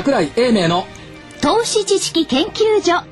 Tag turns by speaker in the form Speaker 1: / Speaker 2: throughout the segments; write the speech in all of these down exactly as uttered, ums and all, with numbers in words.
Speaker 1: 櫻井英明の
Speaker 2: 投資知識研究所。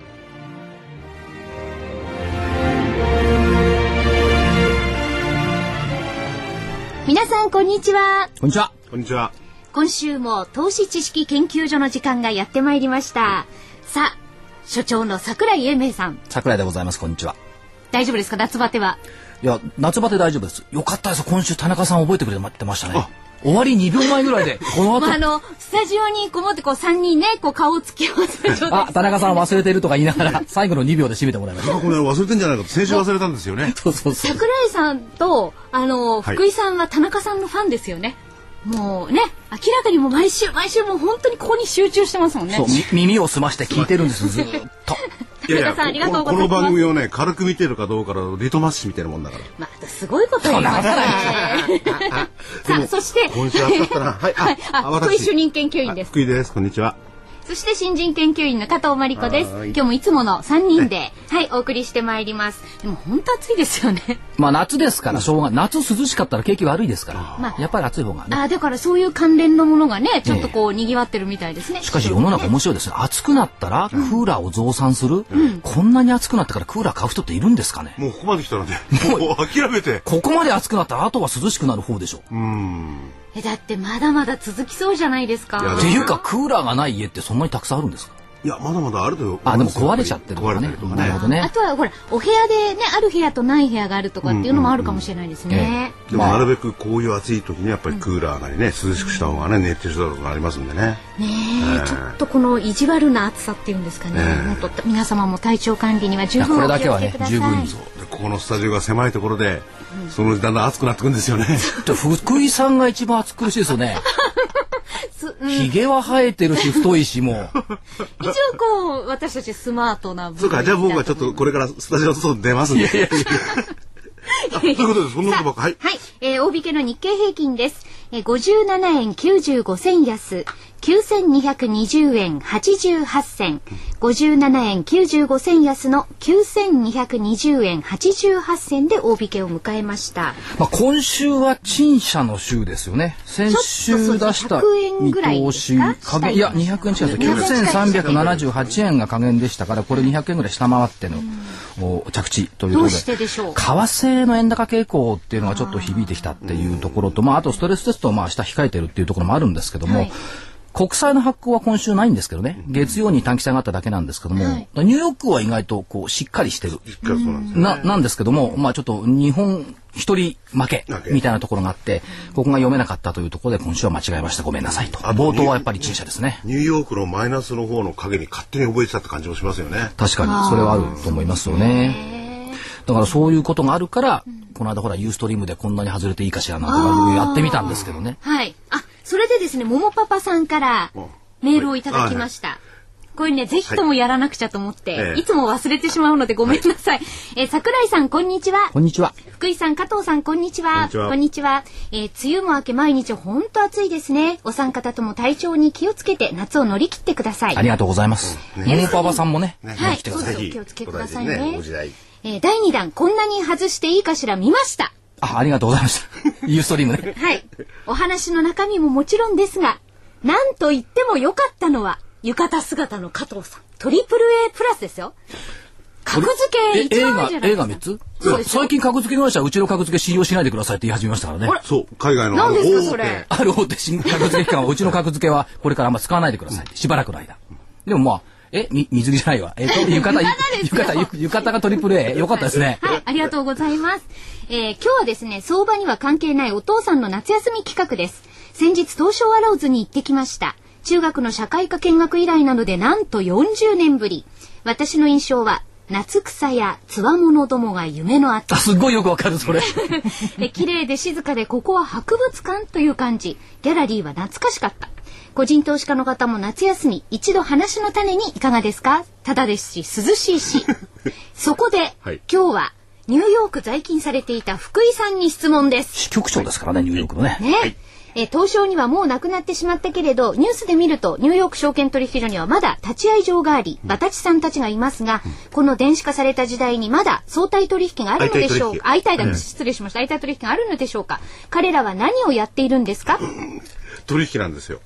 Speaker 2: 皆さんこんにちは。
Speaker 1: こんにちは。
Speaker 3: こんにちは。
Speaker 2: 今週も投資知識研究所の時間がやってまいりました。さあ、所長の櫻井英明さん。
Speaker 1: 櫻井でございます。こんにちは。
Speaker 2: 大丈夫ですか、夏バテは。
Speaker 1: いや、夏バテ大丈夫です。よかったです。今週田中さん覚えてくれてましたね。終わりにびょうまえぐらいでこの後、
Speaker 2: まあ、あのスタジオにこもってこうさんにんね、こう顔をつき合わせる状態。
Speaker 1: あ、田中さん忘れているとか言いながら最後のにびょうで締めてもらいました。
Speaker 3: これ忘れてんじゃないかと先週忘れたんですよね。
Speaker 1: そうそうそう。
Speaker 2: 櫻井さんとあの福井さんは田中さんのファンですよね。もうね、明らかにもう毎週毎週もう本当にここに集中してますもんね。
Speaker 1: そう、耳を澄まして聞いてるんですずっと。
Speaker 3: いやいや、この、この番組をね、軽く見てるかどうかのリトマス紙みたいなもんだから。
Speaker 2: またすごいこと言いますね。さあ、そして
Speaker 3: 今週暑かったな。はい、
Speaker 2: はい、あ、福井主任研究員です。
Speaker 3: 福井です。こんにちは。
Speaker 2: そして新人研究員の加藤真理子です。今日もいつものさんにんで、はい、お送りしてまいります。でも本当暑いですよね。
Speaker 1: まあ夏ですからしょうがない。夏涼しかったら景気悪いですから、まあ、やっぱり暑い方がね。
Speaker 2: あ、だからそういう関連のものがね、ちょっとこう賑わってるみたいですね。
Speaker 1: しかし世の中面白いですね。暑くなったらクーラーを増産する、うん、こんなに暑くなってからクーラー買う人っているんですかね。
Speaker 3: もうここまで来たのでもう諦めて、
Speaker 1: ここまで暑くなったらあとは涼しくなる方でしょう。
Speaker 3: うーん、
Speaker 2: え、だってまだまだ続きそうじゃないですか。
Speaker 1: っていうかクーラーがない家ってそんなにたくさんあるんですか。
Speaker 3: いや、まだまだあるとよ。
Speaker 1: あ、でも壊れちゃってるとかね。なるほどね。
Speaker 2: あとはほら、お部屋でね、ある部屋とない部屋があるとかっていうのもあるかもしれないですね。
Speaker 3: でもなるべくこういう暑い時にやっぱりクーラーなりね、涼しくした方がね、熱中症とかありますんでね。
Speaker 2: ねえ、ちょっとこの意地悪な暑さっていうんですかね。もっと皆様も体調管理には十分お気をつけください。
Speaker 1: これだけはね、十分にそう。
Speaker 3: ここのスタジオが狭いところで、そのだんだん暑くなってくるんですよね。
Speaker 1: 福井さんが一番暑苦しいですよね。ひげは生えてるし太いし、もう
Speaker 2: 一応こう私たちスマートな部分。
Speaker 3: そうか、じゃあ僕はちょっとこれからスタジオの外に出ますんで。ということで、そんなことばっか。はい、
Speaker 2: はい、えー、大引けの日経平均です。えー、ごじゅうななえんきゅうじゅうごせん安、きゅうせんにひゃくにじゅうえんはちじゅうはち銭、ごじゅうななえんきゅうじゅうごせん安のきゅうせんにひゃくにじゅうえんはちじゅうはち銭で大引けを迎えました。
Speaker 1: まあ、今週は陳謝の週ですよね。先週出した見通し加減、いやにひゃくえん近いです。きゅうせんさんびゃくななじゅうはちえんが加減でしたから、これにひゃくえんぐらい下回っての着地ということで、
Speaker 2: どうしてでしょう。
Speaker 1: 為替の円高傾向っていうのがちょっと響いてきたっていうところと、まあ、あとストレステストをまあ明日控えてるっていうところもあるんですけども、はい、国債の発行は今週ないんですけどね、月曜に短期債があっただけなんですけども、はい、ニューヨークは意外とこうしっかりしてるな、なんですけども、まあ、ちょっと日本一人負けみたいなところがあって、ここが読めなかったというところで今週は間違えました、ごめんなさいと。冒頭はやっぱり陳謝ですね。
Speaker 3: ニューヨークのマイナスの方の影に勝手に覚えてたって感じもしますよね。
Speaker 1: 確かにそれはあると思いますよね。だからそういうことがあるから、うん、この間ほらユーストリームでこんなに外れていいかしらなんてやってみたんですけどね。
Speaker 2: はい。あ、それでですね、ももパパさんからメールをいただきました。はい、これね、ぜひともやらなくちゃと思って、はい、いつも忘れてしまうのでごめんなさい。はい、えー、桜井さんこんにちは。
Speaker 1: こんにちは。
Speaker 2: 福井さん、加藤さんこんにちは。こんにちは。こんにちは。えー、梅雨も明け毎日本当暑いですね。お三方とも体調に気をつけて夏を乗り切ってください。
Speaker 1: ありがとうございます。ももパパさんもね、
Speaker 2: ね、はい、
Speaker 1: 来てください。
Speaker 2: そうそう、気をつけくださいね。
Speaker 3: ね、ご時代。
Speaker 2: えー、だいにだんこんなに外していいかしら見ました。
Speaker 1: あ、ありがとうございました。ユーストリームね。
Speaker 2: はい。お話の中身ももちろんですが、なんと言っても良かったのは浴衣姿の加藤さん。トリプル A プラスですよ。格付け一番あるじゃないですか。映画みっつ？
Speaker 1: 最近格付け会社はうちの格付け信用しないでくださいって言い始めましたからね。
Speaker 3: そう、海外の
Speaker 2: 何ですかそれ。
Speaker 1: ある大手新格付け機関はうちの格付けはこれからあんま使わないでください。しばらくの間。でもまあ、え、み、水着じゃないわ。えっと、浴衣、浴衣、浴衣がトリプル A。よかったですね。
Speaker 2: はい、ありがとうございます。えー、今日はですね、相場には関係ないお父さんの夏休み企画です。先日、東証アローズに行ってきました。中学の社会科見学以来なので、なんとよんじゅうねんぶり。私の印象は、夏草やつわものどもが夢のあった。
Speaker 1: すごいよくわかる、それ。
Speaker 2: え、綺麗で静かで、ここは博物館という感じ。ギャラリーは懐かしかった。個人投資家の方も夏休み一度話の種にいかがですか。ただですし涼しいし。そこで、はい、今日はニューヨーク在勤されていた福井さんに質問です。
Speaker 1: 支局長ですからね、ニューヨークのね。
Speaker 2: ね、はい、え東証にはもうなくなってしまったけれど、ニュースで見るとニューヨーク証券取引所にはまだ立ち会い場があり、バタチさんたちがいますが、うん、この電子化された時代にまだ相対取引があるのでしょうか。相対だ、失礼しました。相対取引があるのでしょうか。彼らは何をやっているんですか。
Speaker 3: 取引なんですよ。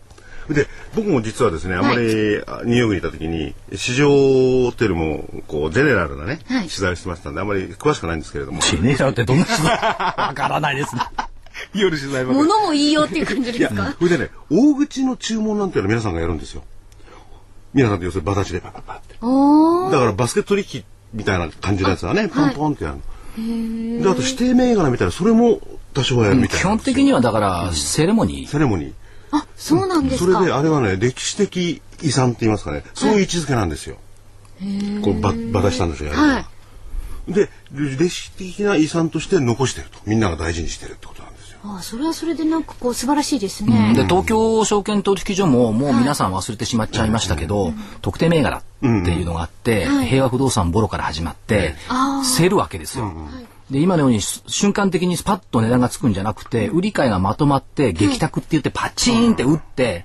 Speaker 3: で僕も実はですねあまりニューヨークにいた時に市場っていうよりもこうジェネラルなね、はい、取材をしてましたんであまり詳しくないんですけれども。
Speaker 1: ジェネラルってどんな人わからないですね。
Speaker 3: 夜取材ばかり。
Speaker 2: 物もいいよっていう感じですか。
Speaker 3: それでね大口の注文なんていうのは皆さんがやるんですよ。皆さんって要するにバタチでパパパって。だからバスケット取引みたいな感じのやつはねポンポンってやるの。であと指定銘柄みたいなそれも多少はやるみたいな。
Speaker 1: 基本的にはだからセレモニー。
Speaker 3: セレモニー。
Speaker 2: あ、そうなんですか。
Speaker 3: それであれはね歴史的遺産って言いますかね、そういう位置づけなんですよ。こうババタしたんですよやるのは。で歴史的な遺産として残してるとみんなが大事にしてるってことなんですよ。
Speaker 2: ああ、それはそれでなんかこう素晴らしいですね。
Speaker 1: うん、で東京証券取引所ももう皆さん忘れてしまっちゃいましたけど、はい、特定銘柄っていうのがあって、うん、平和不動産ボロから始まって、はい、競るわけですよ。うんうん、で今のように瞬間的にスパッと値段がつくんじゃなくて、売り買いがまとまって激託って言ってパチーンって打って、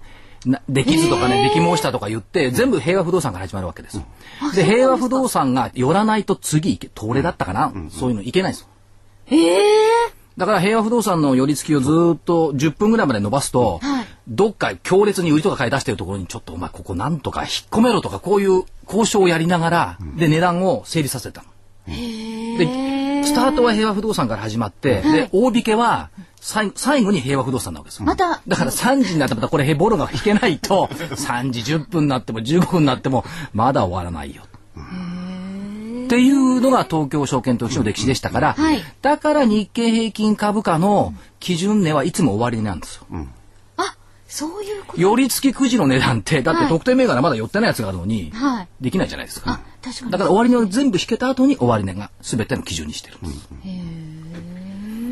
Speaker 1: なできずとかね、でき申したとか言って全部平和不動産から始まるわけです。うん、で平和不動産が寄らないと次行け東レだったかな、うん、そういうのいけないです。
Speaker 2: へー。
Speaker 1: だから平和不動産の寄り付きをずっとじゅっぷんぐらいまで伸ばすと、はい、どっか強烈に売りとか買い出してるところにちょっとお前ここなんとか引っ込めろとかこういう交渉をやりながら、うん、で値段を整理させたの。
Speaker 2: へー。
Speaker 1: でスタートは平和不動産から始まって、はい、で大引けは最後に平和不動産なわけですよ。
Speaker 2: また
Speaker 1: だからさんじになってまたこれボロが引けないとさんじじゅっぷんになってもじゅうごふんになってもまだ終わらないよ。っていうのが東京証券取引所の歴史でしたから、はい、だから日経平均株価の基準値はいつも終値なんですよ。うん、
Speaker 2: あ、そういうこと。
Speaker 1: 寄り付きくじの値段ってだって特定銘柄まだ寄ってないやつがあるのに、はい、できないじゃないですか。
Speaker 2: あ、確かに。
Speaker 1: だから終値を全部引けた後に終値が全ての基準にしてるんです。うん、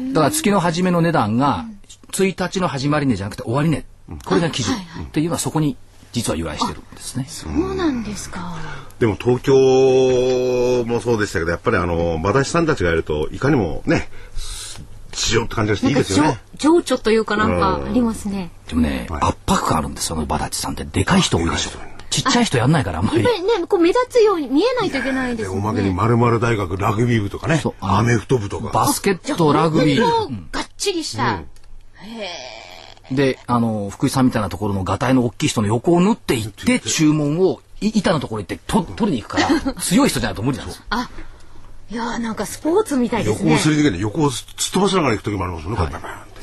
Speaker 1: だから月の初めの値段がついたちの始まり値じゃなくて終値、これが基準っていうのはそこに実は由来してるんですね。
Speaker 2: そうなんですか。
Speaker 3: でも東京もそうでしたけどやっぱりあのバタシさんたちがいるといかにもね市場って感じがしていいですよね。
Speaker 2: 情緒というかなんかありますね。
Speaker 1: でもね、はい、圧迫感あるんですよバタチさんってでかい人多いでしょ。ちっちゃい人やんないからあんまり。
Speaker 2: やっぱりねこう目立つように見えないといけないですね。
Speaker 3: おまけに〇〇大学ラグビー部とかね、アメフト部とか
Speaker 1: バスケットラグビー、
Speaker 2: うん、がっちりした。うん、へ
Speaker 1: え。であの福井さんみたいなところのガタイの大きい人の横を縫っていって注文を板のところ行ってと取りに行くから強い人じゃないと無理なんですよ。
Speaker 2: あ、いやなんかスポーツみたいですね。
Speaker 3: 横をすり抜けて横をすっ飛ばしながら行く時もありますよね。はい、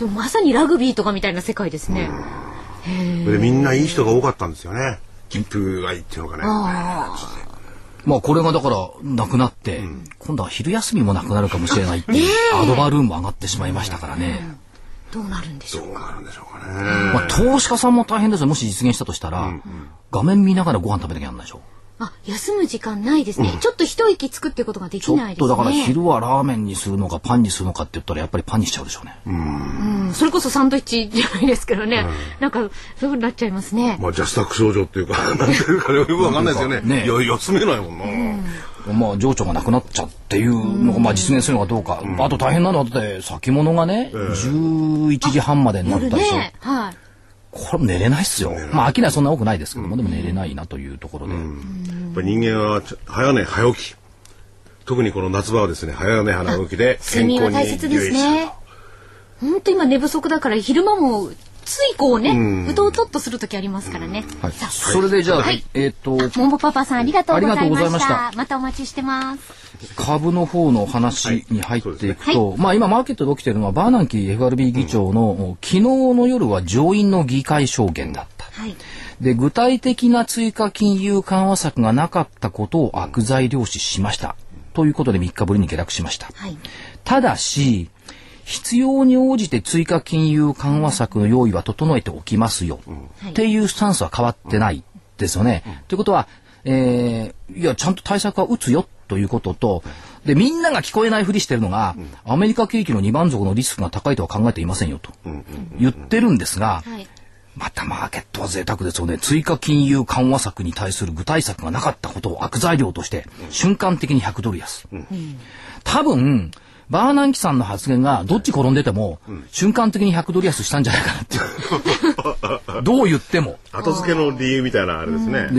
Speaker 2: まさにラグビーとかみたいな世界ですね。
Speaker 3: へでみんないい人が多かったんですよね。切符がいいっていうのかね。
Speaker 1: あまあこれがだからなくなって、うん、今度は昼休みもなくなるかもしれないっていうアドバルーンも上がってしまいましたからね。
Speaker 2: どうなるんでしょうか。
Speaker 3: どうなるんでしょうかね。
Speaker 1: まあ投資家さんも大変ですよ。もし実現したとしたら、うんうん、画面見ながらご飯食べなきゃなんないでしょ。
Speaker 2: あ、休む時間ないですね。うん、ちょっと一息つくっていうことができないですね。
Speaker 1: ちょっとだから昼はラーメンにするのかパンにするのかって言ったらやっぱりパンにしちゃうでしょうね。
Speaker 2: うん。うん、それこそサンドイッチじゃないですけどね。うん、なんかそういうふうになっちゃいますね。
Speaker 3: まあジャスタック症状っていうかなんていうかよくわかんないですよね。ね、いや休めないもんな。
Speaker 1: うん、まあ情緒がなくなっちゃうっていうのがまあ実現するのかどうか。うん、あと大変なのはだって先物がね、えー、じゅういちじはんまでになったでしょ。ね、はい。これ寝れないっすよ。まあ商いはそんな多くないですけども、うん、でも寝れないなというところで。うん、
Speaker 3: やっぱ人間は早寝早起き。特にこの夏場はですね早寝早起きで健康に
Speaker 2: 睡眠は大切ですね。本当今寝不足だから昼間もついこうね、うん、うとうとっとする時ありますからね。
Speaker 1: うん、はい、それでじゃあ、はい、えっ、ー、と
Speaker 2: ももパパさんありがとうございました。した。またお待ちしてます。
Speaker 1: 株の方の話に入っていくと、はいね、まあ今マーケットで起きているのはバーナンキー エフアールビー 議長の、うん、昨日の夜は上院の議会証言だった。はい、で具体的な追加金融緩和策がなかったことを悪材料視しました。ということでみっかぶりに下落しました。はい、ただし必要に応じて追加金融緩和策の用意は整えておきますよ、うん、っていうスタンスは変わってないですよね。うん、ということは、えー、いやちゃんと対策は打つよということと、でみんなが聞こえないふりしてるのが、うん、アメリカ景気の二番底のリスクが高いとは考えていませんよと言ってるんですが、はい、またマーケットは贅沢ですよね。追加金融緩和策に対する具体策がなかったことを悪材料として瞬間的にひゃくドル安、うん、多分バーナンキさんの発言がどっち転んでても、うん、瞬間的にひゃくドル安したんじゃないかなっていうどう言っても
Speaker 3: 後付けの理由みたいなあれですね。
Speaker 1: で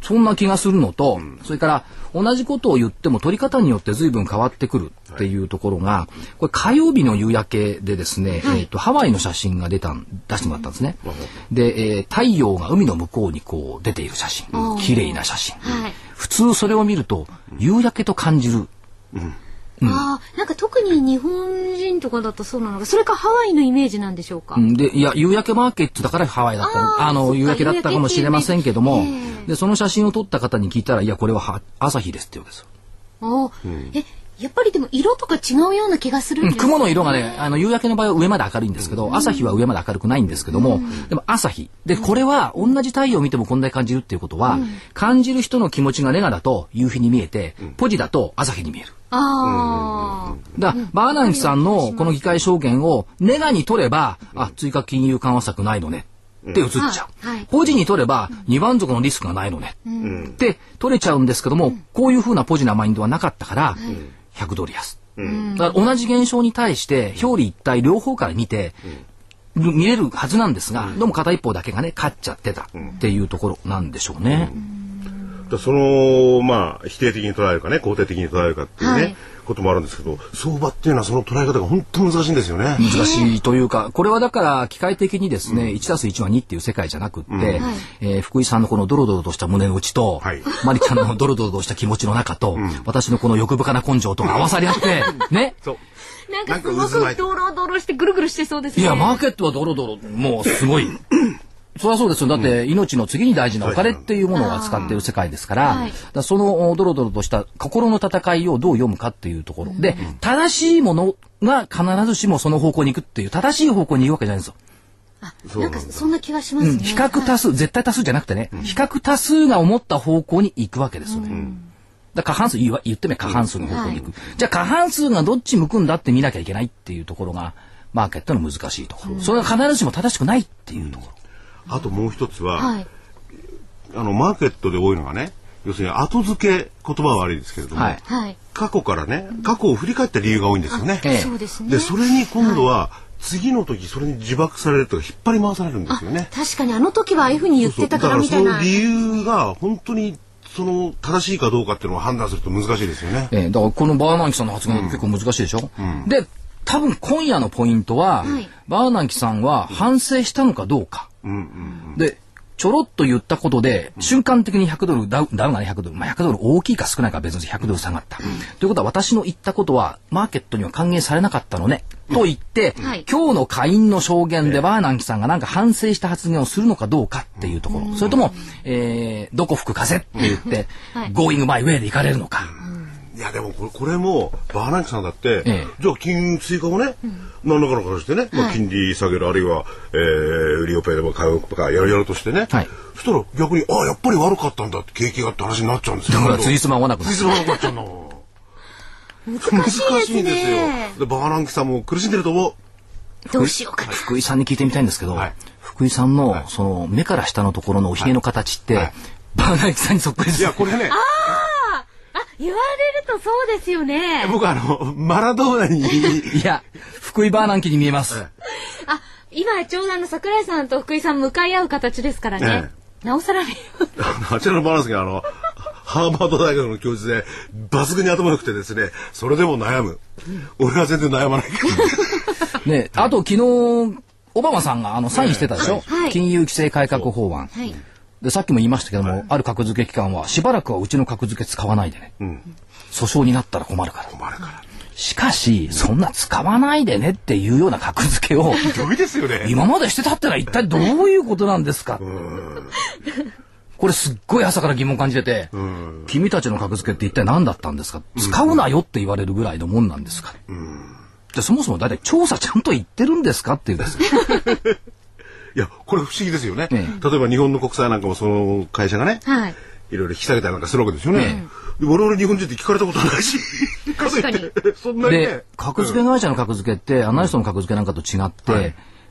Speaker 1: そんな気がするのと、うん、それから同じことを言っても取り方によって随分変わってくるっていうところが、はい、これ火曜日の夕焼けでですね、はい、えーと、ハワイの写真が出た出してもらったんですね。うん、で、えー、太陽が海の向こうにこう出ている写真、うん、綺麗な写真、はい、普通それを見ると夕焼けと感じる。うん
Speaker 2: うん、ああ、なんか特に日本人とかだとそうなのか、それかハワイのイメージなんでしょうか。うん、
Speaker 1: で、いや、夕焼けマーケットだからハワイだった。あ, あの、夕焼けだったかもしれませんけども、で、その写真を撮った方に聞いたら、いや、これはは朝日ですって言うんですよ。
Speaker 2: ああ、うん、え、やっぱりでも色とか違うような気がするんですね。
Speaker 1: うん、雲の色がね、あの、夕焼けの場合は上まで明るいんですけど、うん、朝日は上まで明るくないんですけども、うん、でも朝日。で、これは同じ太陽を見てもこんなに感じるっていうことは、うん、感じる人の気持ちがネガだと夕日に見えて、うん、ポジだと朝日に見える。ああ。だから、バーナンキさんのこの議会証言をネガに取れば、うん、あ、追加金融緩和策ないのね。って映っちゃう、はいはい、ポジに取れば二番底のリスクがないのね、うん、って取れちゃうんですけども、うん、こういうふうなポジなマインドはなかったから、うん、ひゃくドル安、うん、だから同じ現象に対して表裏一体両方から見て、うん、見れるはずなんですが、うん、どうも片一方だけがね勝っちゃってたっていうところなんでしょうね、
Speaker 3: うん、そのまあ否定的に捉えるかね肯定的に捉えるかっていうね、はい、こともあるんですけど、相場っていうのはその捉え方が本当難しいんですよね。
Speaker 1: 難しいというか、これはだから機械的にですね、うん、いちたすいちはにっていう世界じゃなくって、うん、えー、福井さんのこのドロドロとした胸の内と、はい、マリちゃんのドロドロとした気持ちの中と、うん、私のこの欲深な根性と合わさり合ってね。
Speaker 2: そう。なんかすごくドロドロしてぐるぐるしてそうですね。
Speaker 1: いや、マーケットはドロドロ、もうすごい。そりゃそうですよ。だって命の次に大事なお金っていうものを扱っている世界ですから、だからそのドロドロとした心の戦いをどう読むかっていうところで、うん、正しいものが必ずしもその方向に行くっていう正しい方向に行くわけじゃないんですよ。
Speaker 2: あ、なんかそんな気がしますね。うん、
Speaker 1: 比較多数、はい、絶対多数じゃなくてね、うん、比較多数が思った方向に行くわけですよね。うん、だから過半数言ってみれば過半数の方向に行く、うんはい、じゃあ過半数がどっち向くんだって見なきゃいけないっていうところがマーケットの難しいところ、うん、それが必ずしも正しくないっていうところ、
Speaker 3: うん、あともう一つは、はい、あのマーケットで多いのがね、要するに後付け、言葉は悪いですけれども、はい、過去からね過去を振り返った理由が多いんですよね。
Speaker 2: そうですね。
Speaker 3: でそれに今度は、はい、次の時それに自爆されるとか引っ張り回されるんですよね。
Speaker 2: 確かにあの時はああいうふうに言ってたからみたいな。
Speaker 3: そうそう、だからその理由が本当にその正しいかどうかっていうのを判断すると難しいですよね。
Speaker 1: えー、だからこのバーナンキさんの発言は結構難しいでしょ。うん、で多分今夜のポイントは、はい、バーナンキさんは反省したのかどうか、うんうんうん、でちょろっと言ったことで、うん、瞬間的にひゃくドルダウン、ダウンがねひゃくドル、まあ、ひゃくドル大きいか少ないか別にひゃくドル下がった、うん、ということは私の言ったことはマーケットには還元されなかったのね、うん、と言って、はい、今日の下院の証言でバーナンキさんがなんか反省した発言をするのかどうかっていうところ、うん、それとも、えー、どこ吹く風って言って、はい、Going my way で行かれるのか、
Speaker 3: いやでもこれ、これもバーナンキさんだって、ええ、じゃあ金融追加をね、うん、何らかの形でね、まあ、金利下げる、はい、あるいは、えー、売りオペでも買うとかやるやるとしてね、はい、そしたら逆にああやっぱり悪かったんだって景気がって話になっちゃうんですよ。
Speaker 1: だからついつま合わなくなっちゃう。
Speaker 3: ついつま合わなくなっちゃうの。
Speaker 2: 難しいですね。難しいんです
Speaker 3: よ。でバーナンキさんも苦しんでると思う。
Speaker 2: どうしようかな。
Speaker 1: 福井さんに聞いてみたいんですけど、はい、福井さんの、はい、その目から下のところのおひげの形って、はいはい、バーナンキさんにそっくりです。
Speaker 3: いやこれね。
Speaker 2: 言われるとそうですよね。
Speaker 3: 僕あのマラドーナに
Speaker 1: いや福井バーナンキに見えます。
Speaker 2: あ、今ちょうどあの桜井さんと福井さん向かい合う形ですからね。ええ、なおさらね。
Speaker 3: あちらのバーナンキがあのハーバード大学の教授で抜群に頭良くてですね、それでも悩む。俺は全然悩まない。
Speaker 1: ね、あと昨日オバマさんがあのサインしてたでしょ。はい、金融規制改革法案。はい。でさっきも言いましたけども、はい、ある格付け機関はしばらくはうちの格付け使わないでね、うん、訴訟になったら困るから
Speaker 3: 困るから
Speaker 1: しかしそんな使わないでねっていうような格付けを
Speaker 3: ひどいですよね。
Speaker 1: 今までしてたってのは一体どういうことなんですか。これすっごい朝から疑問感じてて、君たちの格付けって一体何だったんですか、使うなよって言われるぐらいのもんなんですか、でそもそも大体調査ちゃんと言ってるんですかっていうです
Speaker 3: いやこれ不思議ですよね、ええ、例えば日本の国債なんかもその会社がね、はい、いろいろ引き下げたりなんかするわけですよね、ええ、我々日本人って聞かれたことないし
Speaker 2: 確かに
Speaker 3: そんなにね、
Speaker 1: で格付け会社の格付けって、うん、アナリストの格付けなんかと違って、はい、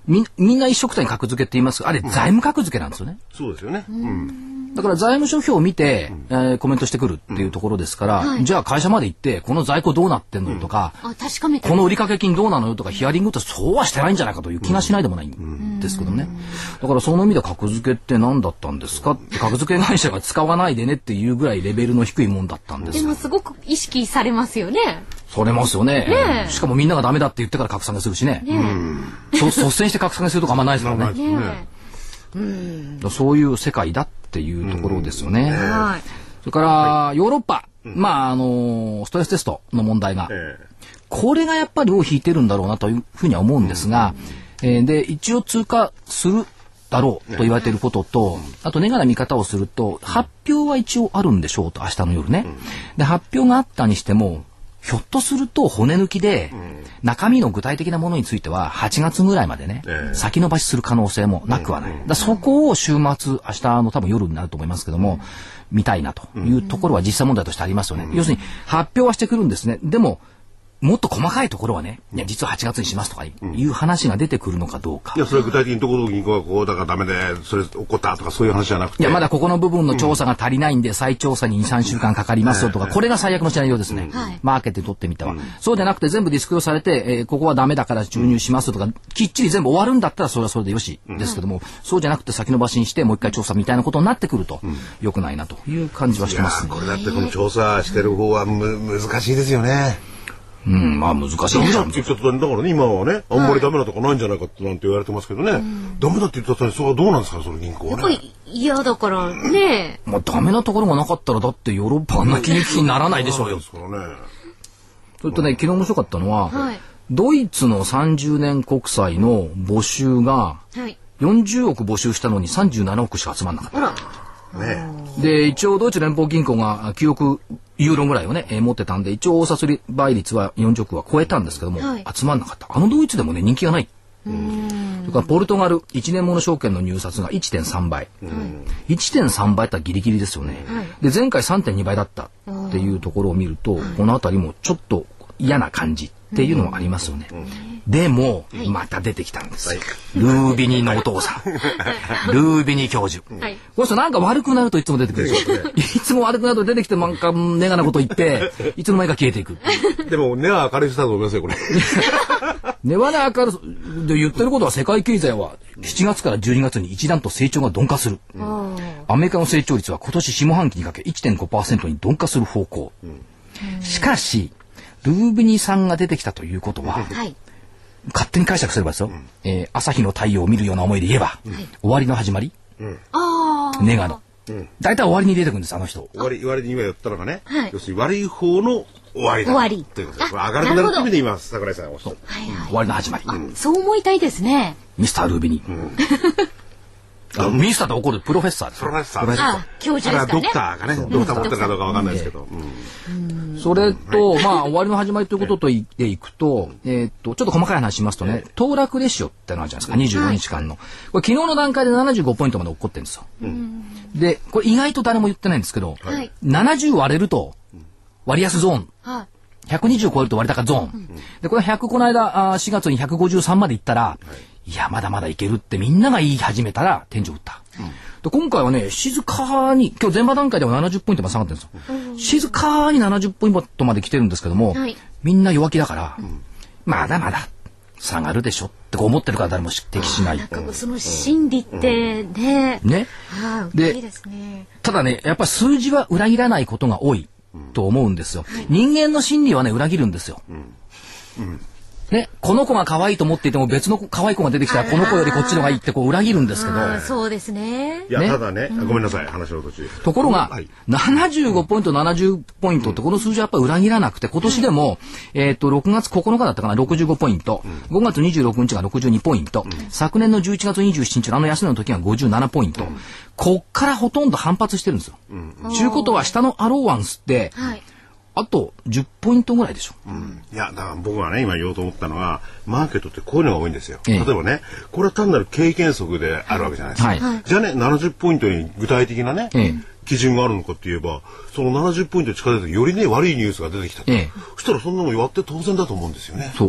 Speaker 1: みみんな一緒くたに格付けって言いますが、あれ財務格付けなんですよね。
Speaker 3: そうですよね。うん、
Speaker 1: だから財務諸表を見て、えー、コメントしてくるっていうところですから、うん、じゃあ会社まで行ってこの在庫どうなってんのとか、
Speaker 2: うん、あ確かめて
Speaker 1: この売掛金どうなのよとかヒアリングってそうはしてないんじゃないかという気がしないでもないんですけどね。だからその意味で格付けって何だったんですかって格付け会社が使わないでねっていうぐらいレベルの低いもんだったんですよ。
Speaker 2: でもすごく意識されますよね。
Speaker 1: されますよね。ねしかもみんながダメだって言ってから格下げするしね。ねそ率先して格下げするとかあんまないですからね。ねうん、そういう世界だっていうところですよね。うん、それから、はい、ヨーロッパ、うん、まああのストレステストの問題が、えー、これがやっぱり尾を引いてるんだろうなというふうには思うんですが、うんえー、で一応通過するだろうと言われていることと、あとネガな見方をすると発表は一応あるんでしょうと明日の夜ね。で発表があったにしてもひょっとすると骨抜きで中身の具体的なものについてははちがつぐらいまでね、えー、先延ばしする可能性もなくはない。だそこを週末明日の多分夜になると思いますけども見たいなというところは実際問題としてありますよね。要するに発表はしてくるんですね。でももっと細かいところはね、いや実ははちがつにしますとかいう話が出てくるのかどうか。
Speaker 3: いやそれは具体的にどこの銀行がこうだからダメでそれ起こったとかそういう話じゃなくて、
Speaker 1: いやまだここの部分の調査が足りないんで、うん、再調査ににさんしゅうかんかかりますよとか、うん、これが最悪のシナリオですね、うん、マーケットにとってみては、うん、そうじゃなくて全部ディスクロされて、えー、ここはダメだから注入しますとか、うん、きっちり全部終わるんだったらそれはそれでよしですけども、うん、そうじゃなくて先延ばしにしてもう一回調査みたいなことになってくると、うん、良くないなという感じはしてます、ね、
Speaker 3: これだってこの調査してる方はむ難しいですよね。
Speaker 1: うん、まあ難しいです
Speaker 3: ね。ダメだって言った途端にだからね今はねあんまりダメなとかないんじゃないかってなんて言われてますけどね、うん、ダメだって言った途端にそれはどうなんですかその銀行はね。
Speaker 2: やっぱり嫌だからね。
Speaker 1: まあダメなところがなかったらだってヨーロッパあんな金融危機にならないでしょうよ。それとね昨日面白かったのは、はい、ドイツのさんじゅうねん国債の募集がよんじゅうおく募集したのにさんじゅうななおくしか集まらなかった。あらね、で一応ドイツ連邦銀行がきゅうおくユーロぐらいをね、えー、持ってたんで一応大札倍率はよんじゅうおくは超えたんですけども、はい、集まんなかった。あのドイツでもね人気がない。それからポルトガルいちねんもの証券の入札が いってんさんばい、いってんさんばいってギリギリですよね、はい、で前回 さんてんにばいだったっていうところを見ると、このあたりもちょっと嫌な感じっていうのもありますよね、うんうん、でも、はい、また出てきたんですよ、はい、ルービニのお父さんルービニ教授、はい、この人なんか悪くなるといつも出てくるでしょいつも悪くなると出てきてなんかネガなこと言っていつの間にか消えていく
Speaker 3: でも根は明るい人だと思いますよこれ
Speaker 1: 根はね明るいで言ってることは世界経済はしちがつからじゅうにがつに一段と成長が鈍化する、うん、アメリカの成長率は今年下半期にかけ いってんごパーセント に鈍化する方向、うん、しかしルービニさんが出てきたということは、はい、勝手に解釈すればですよ、うんえー、朝日の太陽を見るような思いで言えば、うん、終わりの始まり、うん、ネガの、うん、大体終わりに出てくるんですあの人。
Speaker 3: 終わり終わりに今やったのがね、はい、要するに悪い方の終わりだ
Speaker 2: 終わり
Speaker 3: ということです。これ明るくなるって意味で言います桜井さんは、はい
Speaker 1: はい、終わりの始まり、
Speaker 2: うん、そう思いたいですね
Speaker 1: ミスタールービニ、うんあミスターと怒るプロフェッサーです。
Speaker 3: プロフェッサーです。
Speaker 2: あ、教授ですかね。
Speaker 3: ドクターがね、ドクター持ってるかどうかわかんないですけど。
Speaker 1: それと、はい、まあ終わりの始まりということと言っていくと、えー、っとちょっと細かい話しますとね、騰落レシオってのあるじゃないですか。にじゅうごにちかんの。これ昨日の段階でななじゅうごポイントまで起こってるんですよ。うん、で、これ意外と誰も言ってないんですけど、はい、ななじゅう割れると割安ゾーン。はいひゃくにじゅう超えると割高ゾーン、うん、でこれひゃくこの間あしがつにひゃくごじゅうさんまでいったら、はい、いやまだまだいけるってみんなが言い始めたら天井打った、うん、で今回はね静かに今日前場段階ではななじゅうポイントまで下がってるんですよ、うん、静かにななじゅうポイントまで来てるんですけども、はい、みんな弱気だから、うん、まだまだ下がるでしょって思ってるから誰も指摘しない。
Speaker 2: なんかその心理ってね、
Speaker 1: うん、ね、
Speaker 2: はあ、でいいですね。
Speaker 1: ただねやっぱり数字は裏切らないことが多いと思うんですよ、うん、人間の心理はね裏切るんですよ、うんうんね、この子が可愛いと思っていても別の可愛い子が出てきたらこの子よりこっちのがいいってこう裏切るんですけど
Speaker 2: そうですね。
Speaker 3: いや、ね、ただね、うん、ごめんなさい話の途中
Speaker 1: ところが、はい、ななじゅうごポイントななじゅうポイントってこの数字はやっぱり裏切らなくて今年でも、うんえー、とろくがつここのかだったかなろくじゅうごポイント、うん、ごがつにじゅうろくにちがろくじゅうにポイント、うん、昨年のじゅういちがつにじゅうしちにちのあの安値の時がごじゅうななポイント、うん、こっからほとんど反発してるんですよ。と、うん、いうことは下のアローワンスって、はいあとじゅっポイントぐらいでしょ、うん、
Speaker 3: いやだから僕はね今言おうと思ったのはマーケットってこういうのが多いんですよ、ええ、例えばねこれは単なる経験則であるわけじゃないですか、はい、じゃあねななじゅうポイントに具体的なね、ええ、基準があるのかって言えばそのななじゅうポイント近づいてよりね悪いニュースが出てきた、ええ、そしたらそんなの弱って当然だと思うんですよね。
Speaker 1: そう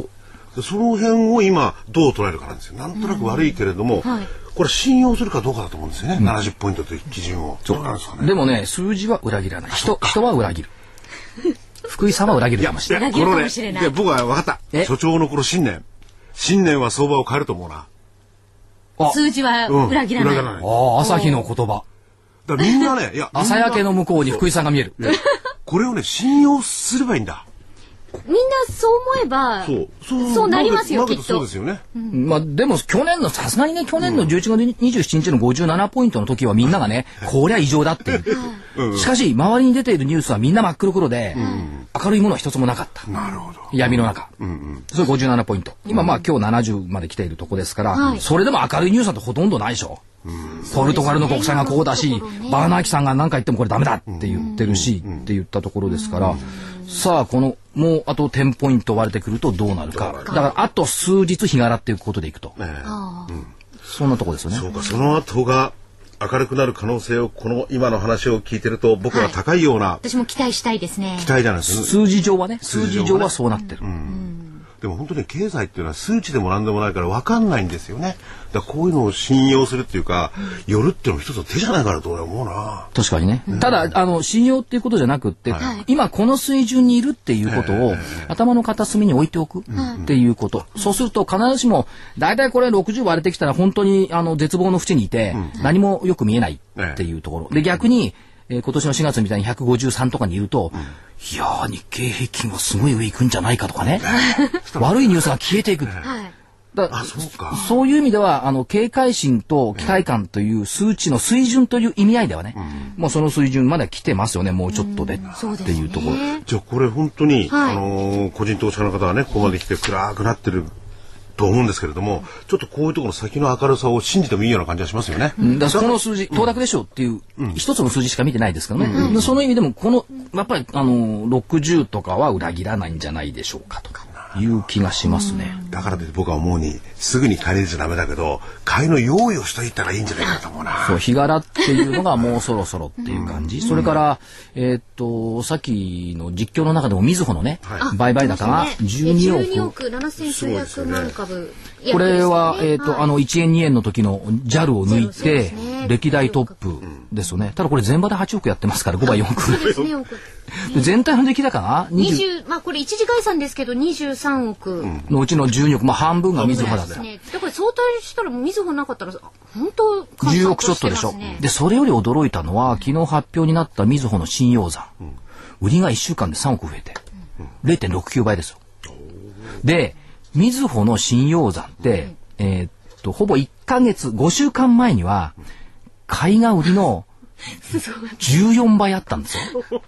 Speaker 3: その辺を今どう捉えるかなんですよ。なんとなく悪いけれども、はい、これ信用するかどうかだと思うんですよね、うん、ななじゅうポイントという基準を。
Speaker 1: そうなんですかね。でもね、数字は裏切らない。人人は裏切る。福井さんは裏切るかもしれない。
Speaker 2: 裏切るかもしれない。
Speaker 3: いや僕は分かった。所長のこの信念信念は相場を変えると思うな。
Speaker 2: 数字は裏切らない。うん、
Speaker 1: ああ、朝日の言葉。
Speaker 3: だみんなね、いや
Speaker 1: 朝焼けの向こうに福井さんが見える。
Speaker 3: これをね信用すればいいんだ。
Speaker 2: みんなそう思えばそうそうそうなりますよ、きっと。
Speaker 3: そうですよね。
Speaker 1: うん、まあでも去年のさすがにね去年のじゅういちがつにじゅうしちにちのごじゅうななポイントの時はみんながねこりゃ異常だっていう。うん、しかし周りに出ているニュースはみんな真っ黒黒で、うん、明るいものは一つもなかった。
Speaker 3: なるほど。
Speaker 1: 闇の中。うんうん、それごじゅうななポイント。今まあ今日ななじゅうまで来ているとこですから、はい、それでも明るいニュースなんてほとんどないでしょ。うん、ポルトガルの国債がこうだし、ね、バーナーキさんが何か言ってもこれダメだって言ってるし、うん、って言ったところですから、うん、さあこのもうあとじゅうポイント割れてくるとどうなるか。だからあと数日日がらっていくことでいくと、ねうん、そんなところですよね。
Speaker 3: そうか、その後が明るくなる可能性をこの今の話を聞いてると僕は高いような、はい、
Speaker 2: 私も期待したいですね。
Speaker 3: 期待じゃないですか。
Speaker 1: 数字上はね数字上はそうなってる。うん
Speaker 3: うんでも本当に経済っていうのは数値でも何でもないから分かんないんですよね。だからこういうのを信用するっていうか、うん、寄るっていうのも一つの手じゃないかなと思うな。
Speaker 1: 確かにね。うん、ただあの信用っていうことじゃなくって、はい、今この水準にいるっていうことを、はい、頭の片隅に置いておくっていうこと。うん、そうすると必ずしもだいたいこれろくじゅう割れてきたら本当にあの絶望の淵にいて、うん、何もよく見えないっていうところ。で逆にえー、今年のしがつみたいにひゃくごじゅうさんとかにいると、うん、いやー日経平均はすごい上行くんじゃないかとかね悪いニュースが消えていく、はい、だあそうかそういう意味ではあの警戒心と期待感という数値の水準という意味合いではね、うん、もうその水準まで来てますよねもうちょっとで、うん、っていうところ、ね、
Speaker 3: じゃあこれ本当に、はい、あのー、個人投資家の方はねここまで来て暗くなってると思うんですけれども、ちょっとこういうところの先の明るさを信じてもいいような感じがしますよね。
Speaker 1: うん、だからこの数字、騰落でしょうっていう、うん、一つの数字しか見てないですからね。うん、その意味でもこのやっぱりあのろくじゅうとかは裏切らないんじゃないでしょうかとかいう気がしますね。
Speaker 3: だから僕は思うにすぐに買い入れちゃダメだけど、買いの用意をしといたらいいんじゃないかなと思うな。
Speaker 1: そう日柄っていうのがもうそろそろっていう感じ。うん、それからえー、っとさっきの実況の中でもみずほのね、はい、売買高がじゅうにおく。
Speaker 2: じゅうにおくななせんきゅうひゃくまんかぶ。
Speaker 1: これは、えーとはい、あのいちえんにえんの時の ジャル を抜いて、ね、歴代トップですよね。ただこれ全場ではちおくやってますからごばいよんおく。そうですね、で全体の出来高が
Speaker 2: にじゅうまあこれ一時概算ですけどにじゅうさんおく
Speaker 1: のうちのじゅうにおく、まあ半分がみずほだった。
Speaker 2: ね、だから相対したらみずほなかったら本当
Speaker 1: じゅうおくちょっとでしょ。でそれより驚いたのは昨日発表になったみずほの信用残、うん、売りがいっしゅうかんでさんおく増えて、うん、れいてんろくきゅうばいですよ。でみずほの信用残って、うんえー、っとほぼいっかげつごしゅうかんまえには買いが売りのじゅうよんばいあったんですよ。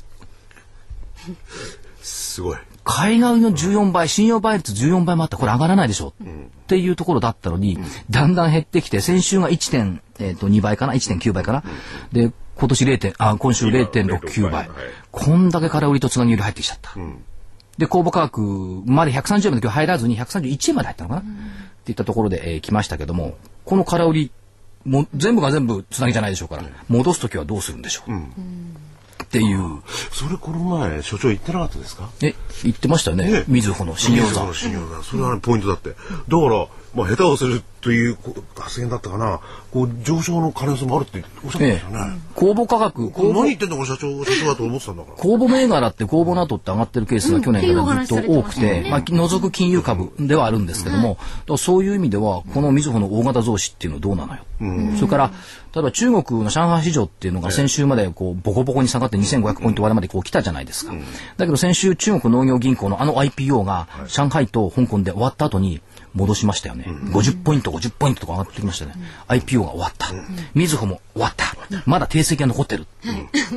Speaker 3: すごい。
Speaker 1: 買いが売りのじゅうよんばい、信用倍率じゅうよんばいもあったらこれ上がらないでしょ、うん、っていうところだったのに、うん、だんだん減ってきて先週が いってんにばいかな いってんきゅうばいかな、うん、で今年れいてんあ今週 れいてんろくきゅうばい、はい、こんだけ空売りとつなぎ売り入ってきちゃった、うん、で公募価格までひゃくさんじゅうえんまで今日入らずにひゃくさんじゅういちえんまで入ったのかな、うん、っていったところで、えー、来ましたけどもこの空売りも全部が全部つなぎじゃないでしょうから、うん、戻すときはどうするんでしょう、うんっていう。
Speaker 3: それこの前所長言ってなかったですか？
Speaker 1: え、言ってましたよね。みずほの信用残。
Speaker 3: みずほの信用残。それは、ね、ポイントだって。だからまあ下手をするという発言だったかな。こう上昇の可能性もあるっておっしゃってましたね。
Speaker 1: ええ、公募価格。
Speaker 3: これ何言ってんだこれ社長社長だと思ってたんだから。
Speaker 1: 公募銘柄って公募の後って上がってるケースが去年からずっと多くて、うん、まあ除く金融株ではあるんですけども、うん、そういう意味ではこのみずほの大型増資っていうのはどうなのよ。うん、それから例えば中国の上海市場っていうのが先週までこうボコボコに下がってにせんごひゃくポイント割れまでこう来たじゃないですか、うん、だけど先週中国農業銀行のあの アイピーオー が上海と香港で終わった後に戻しましたよね、うん、ごじゅっポイントごじゅっポイントとか上がってきましたね、うん、アイピーオー が終わった、みずほも終わった、まだ定石が残ってる、うん、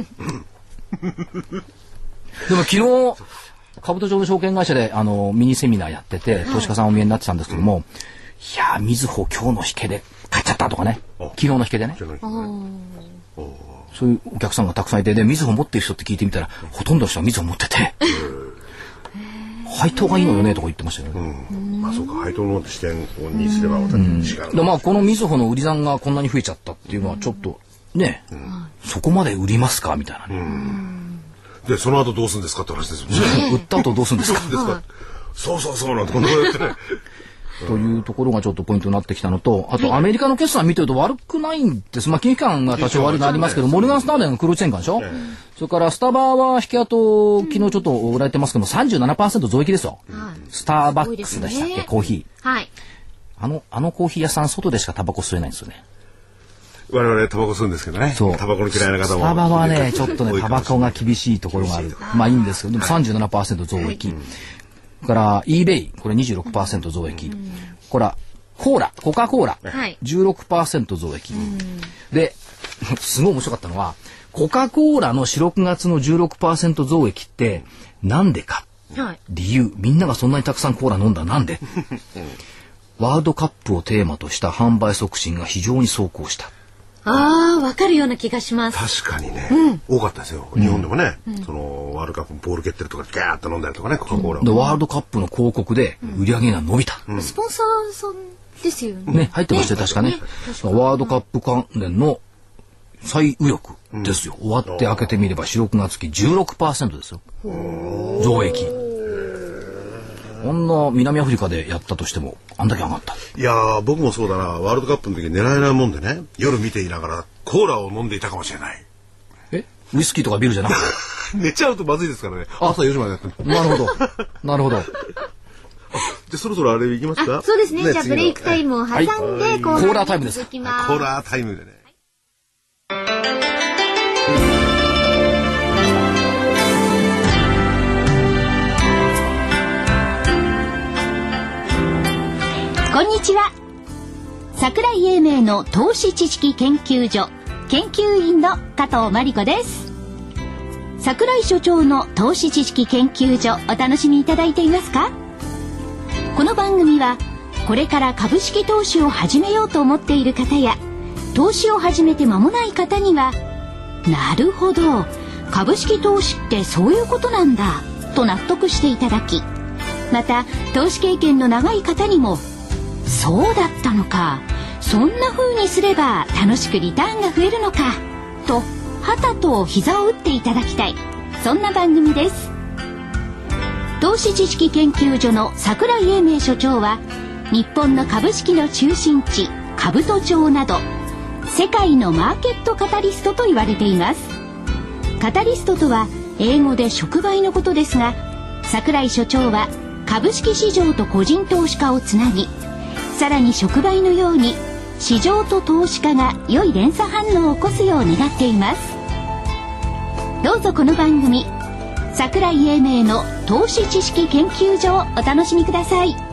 Speaker 1: でも昨日株都庁の証券会社であのミニセミナーやってて投資家さんお見えになってたんですけども、うん、いやみずほ今日の引けで買っちゃったとかね昨日の引けでねそういうお客さんがたくさんいてでみずほ持ってる人って聞いてみたらほとんどの人はみずほ持ってて配当がいいのよねとか言ってましたよね、うん、
Speaker 3: まあそうか配当の視点にすれば私違う、
Speaker 1: うん、でまあこのみずほの売り算がこんなに増えちゃったっていうのはちょっとね、うん、そこまで売りますかみたいなね、うん、
Speaker 3: でその後どうするんですかって話ですよね
Speaker 1: 売った後どうするんですか
Speaker 3: ですかそうそうそうなんてこんなことやってね。
Speaker 1: というところがちょっとポイントになってきたのと、あとアメリカの決算見てると悪くないんです。まあ、金融機関が多少悪くなりますけど、モルガンスタンレーの黒字転換でしょ、それからスタバは引き跡、昨日ちょっと売られてますけども、さんじゅうななパーセント 増益ですよ。スターバックスでしたっけ、コーヒー。
Speaker 2: はい。
Speaker 1: あの、あのコーヒー屋さん、外でしかタバコ吸えないんですよね。
Speaker 3: 我々タバコ吸うんですけどね。
Speaker 1: そう。
Speaker 3: タバコの嫌いな方も。
Speaker 1: スタバはね、ちょっとね、タバコが厳しいところがある。まあいいんですけど、でも さんじゅうななパーセント 増益。それから、eBay、これ にじゅうろくパーセント 増益。これは、コーラ、コカ・コーラ、
Speaker 2: はい、
Speaker 1: じゅうろくパーセント 増益。で、すごい面白かったのは、コカ・コーラのしろくがつの じゅうろくパーセント 増益って、なんでか。はい、理由、みんながそんなにたくさんコーラ飲んだ、なんでワールドカップをテーマとした販売促進が非常に奏功した。
Speaker 2: ああ、わかるような気がします。
Speaker 3: 確かにね、うん、多かったですよ。日本でもね、うん、そのワールドカップボール蹴ってるとかガーッと飲んだりとかね、コカ・コーラを。
Speaker 1: でワールドカップの広告で売り上げが伸びた。
Speaker 2: うん、スポンサーさんですよね。
Speaker 1: ね、入ってましたよ、ね、確かね。ね、ワールドカップ関連の最右翼ですよ。うん、終わって開けてみればしろくがつ期 じゅうろくパーセント ですよ。増益。こんな南アフリカでやったとしてもあんだけ上がった。
Speaker 3: いやー、僕もそうだな。ワールドカップの時狙えないもんでね、夜見ていながらコーラを飲んでいたかもしれない。
Speaker 1: え、ウイスキーとかビールじゃなくて
Speaker 3: 寝ちゃうとまずいですからね。朝よじまでやってる。
Speaker 1: なるほどなるほど。
Speaker 3: じゃあそろそろあれいきますか。
Speaker 2: そうですね。ね、じゃあブレイクタイムを挟んで、はい、コ
Speaker 1: ーラータイムです。
Speaker 3: コーラータイムでね。
Speaker 2: こんにちは。桜井英明の投資知識研究所研究員の加藤真理子です。桜井所長の投資知識研究所、お楽しみいただいていますか？この番組はこれから株式投資を始めようと思っている方や、投資を始めて間もない方には、なるほど、株式投資ってそういうことなんだと納得していただき、また投資経験の長い方にも、そうだったのか、そんな風にすれば楽しくリターンが増えるのかと、はたと膝を打っていただきたい、そんな番組です。投資知識研究所の桜井英明所長は、日本の株式の中心地兜町など世界のマーケットカタリストと言われています。カタリストとは英語で触媒のことですが、桜井所長は株式市場と個人投資家をつなぎ、さらに触媒のように市場と投資家が良い連鎖反応を起こすよう願っています。どうぞこの番組、桜井英明の投資知識研究所をお楽しみください。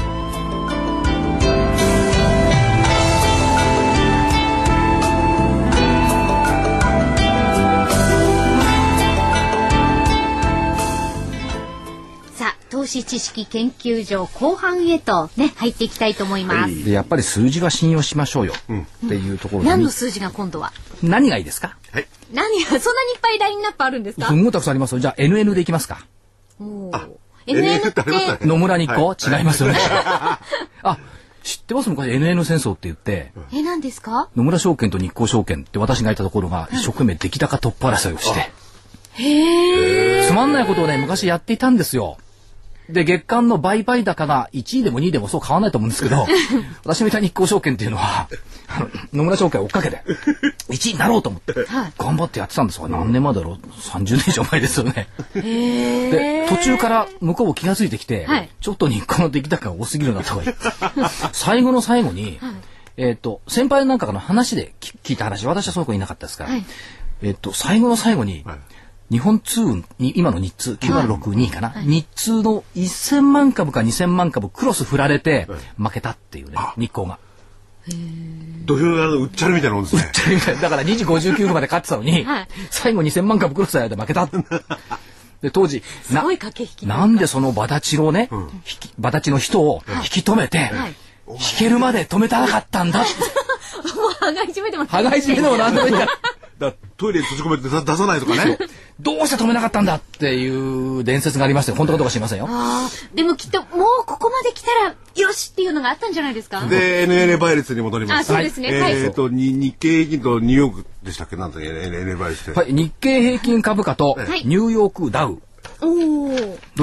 Speaker 2: 投資知識研究所後半へとね、入っていきたいと思います。
Speaker 1: でやっぱり数字は信用しましょうよ、うん、っていうところで、
Speaker 2: 何の数字が今度は
Speaker 1: 何がいいですか？
Speaker 3: はい、
Speaker 2: 何がそんなにいっぱいラインナップあるんですか？
Speaker 1: すんごいたくさんありますよ。じゃあ エヌエヌ でいきますか。
Speaker 2: お
Speaker 3: あ
Speaker 2: エヌエヌ って
Speaker 1: 野村日光、
Speaker 3: はい、
Speaker 1: 違いますよねあ、知ってます？昔 エヌエヌ 戦争って言って、
Speaker 2: え、何ですか？
Speaker 1: 野村証券と日光証券って私がいたところが一生懸命出来高トップ争いをして、
Speaker 2: へー、
Speaker 1: つまんないことをね昔やっていたんですよ。で、月間の売買高がいちいでもにいでもそう変わらないと思うんですけど私みたいに日光証券っていうのは野村証券を追っかけていちいになろうと思って頑張ってやってたんですが、何年前だろう、さんじゅうねん以上前ですよねで、途中から向こうも気が付いてきて、はい、ちょっと日光の出来高が多すぎるなとか言って最後の最後に、はい、えっと先輩なんかの話で聞いた話、私はそういう子いなかったですから、はい、えっと最後の最後に、はい、日本通に今の日通きゅうまるろくにかな、はい、日通のせんまん株かにせんまん株クロス振られて負けたっていうね、はい、日光が
Speaker 3: 土俵がうっちゃるみたいなもんですね。
Speaker 1: うっちゃるみたいだからにじごじゅうきゅうふんまで勝ってたのに、はい、最後にせんまん株クロスされて負けたで当時
Speaker 2: すごい駆け引き
Speaker 1: な、なんでその場立ちをね、うん、場立ちの人を引き止めて、はい、引けるまで止めたなかったんだも
Speaker 2: う羽がいじめてます
Speaker 1: 羽がいじめでもなんでもいいんだ
Speaker 3: だトイレに閉じ込めて出さないとかね
Speaker 1: どうして止めなかったんだっていう伝説がありまして、本当かどうか知りませんよ。
Speaker 2: あでもきっともうここまで来たらよしっていうのがあったんじゃないですか。
Speaker 3: で エヌエヌ 倍率に戻ります。
Speaker 2: あ、そうですね、
Speaker 3: はい、えー、と日経平均とニューヨークでしたっけ、なんだっけ エヌエヌ 倍率って、
Speaker 1: はい、日経平均株価とニューヨークダウ、
Speaker 2: おお、
Speaker 1: ど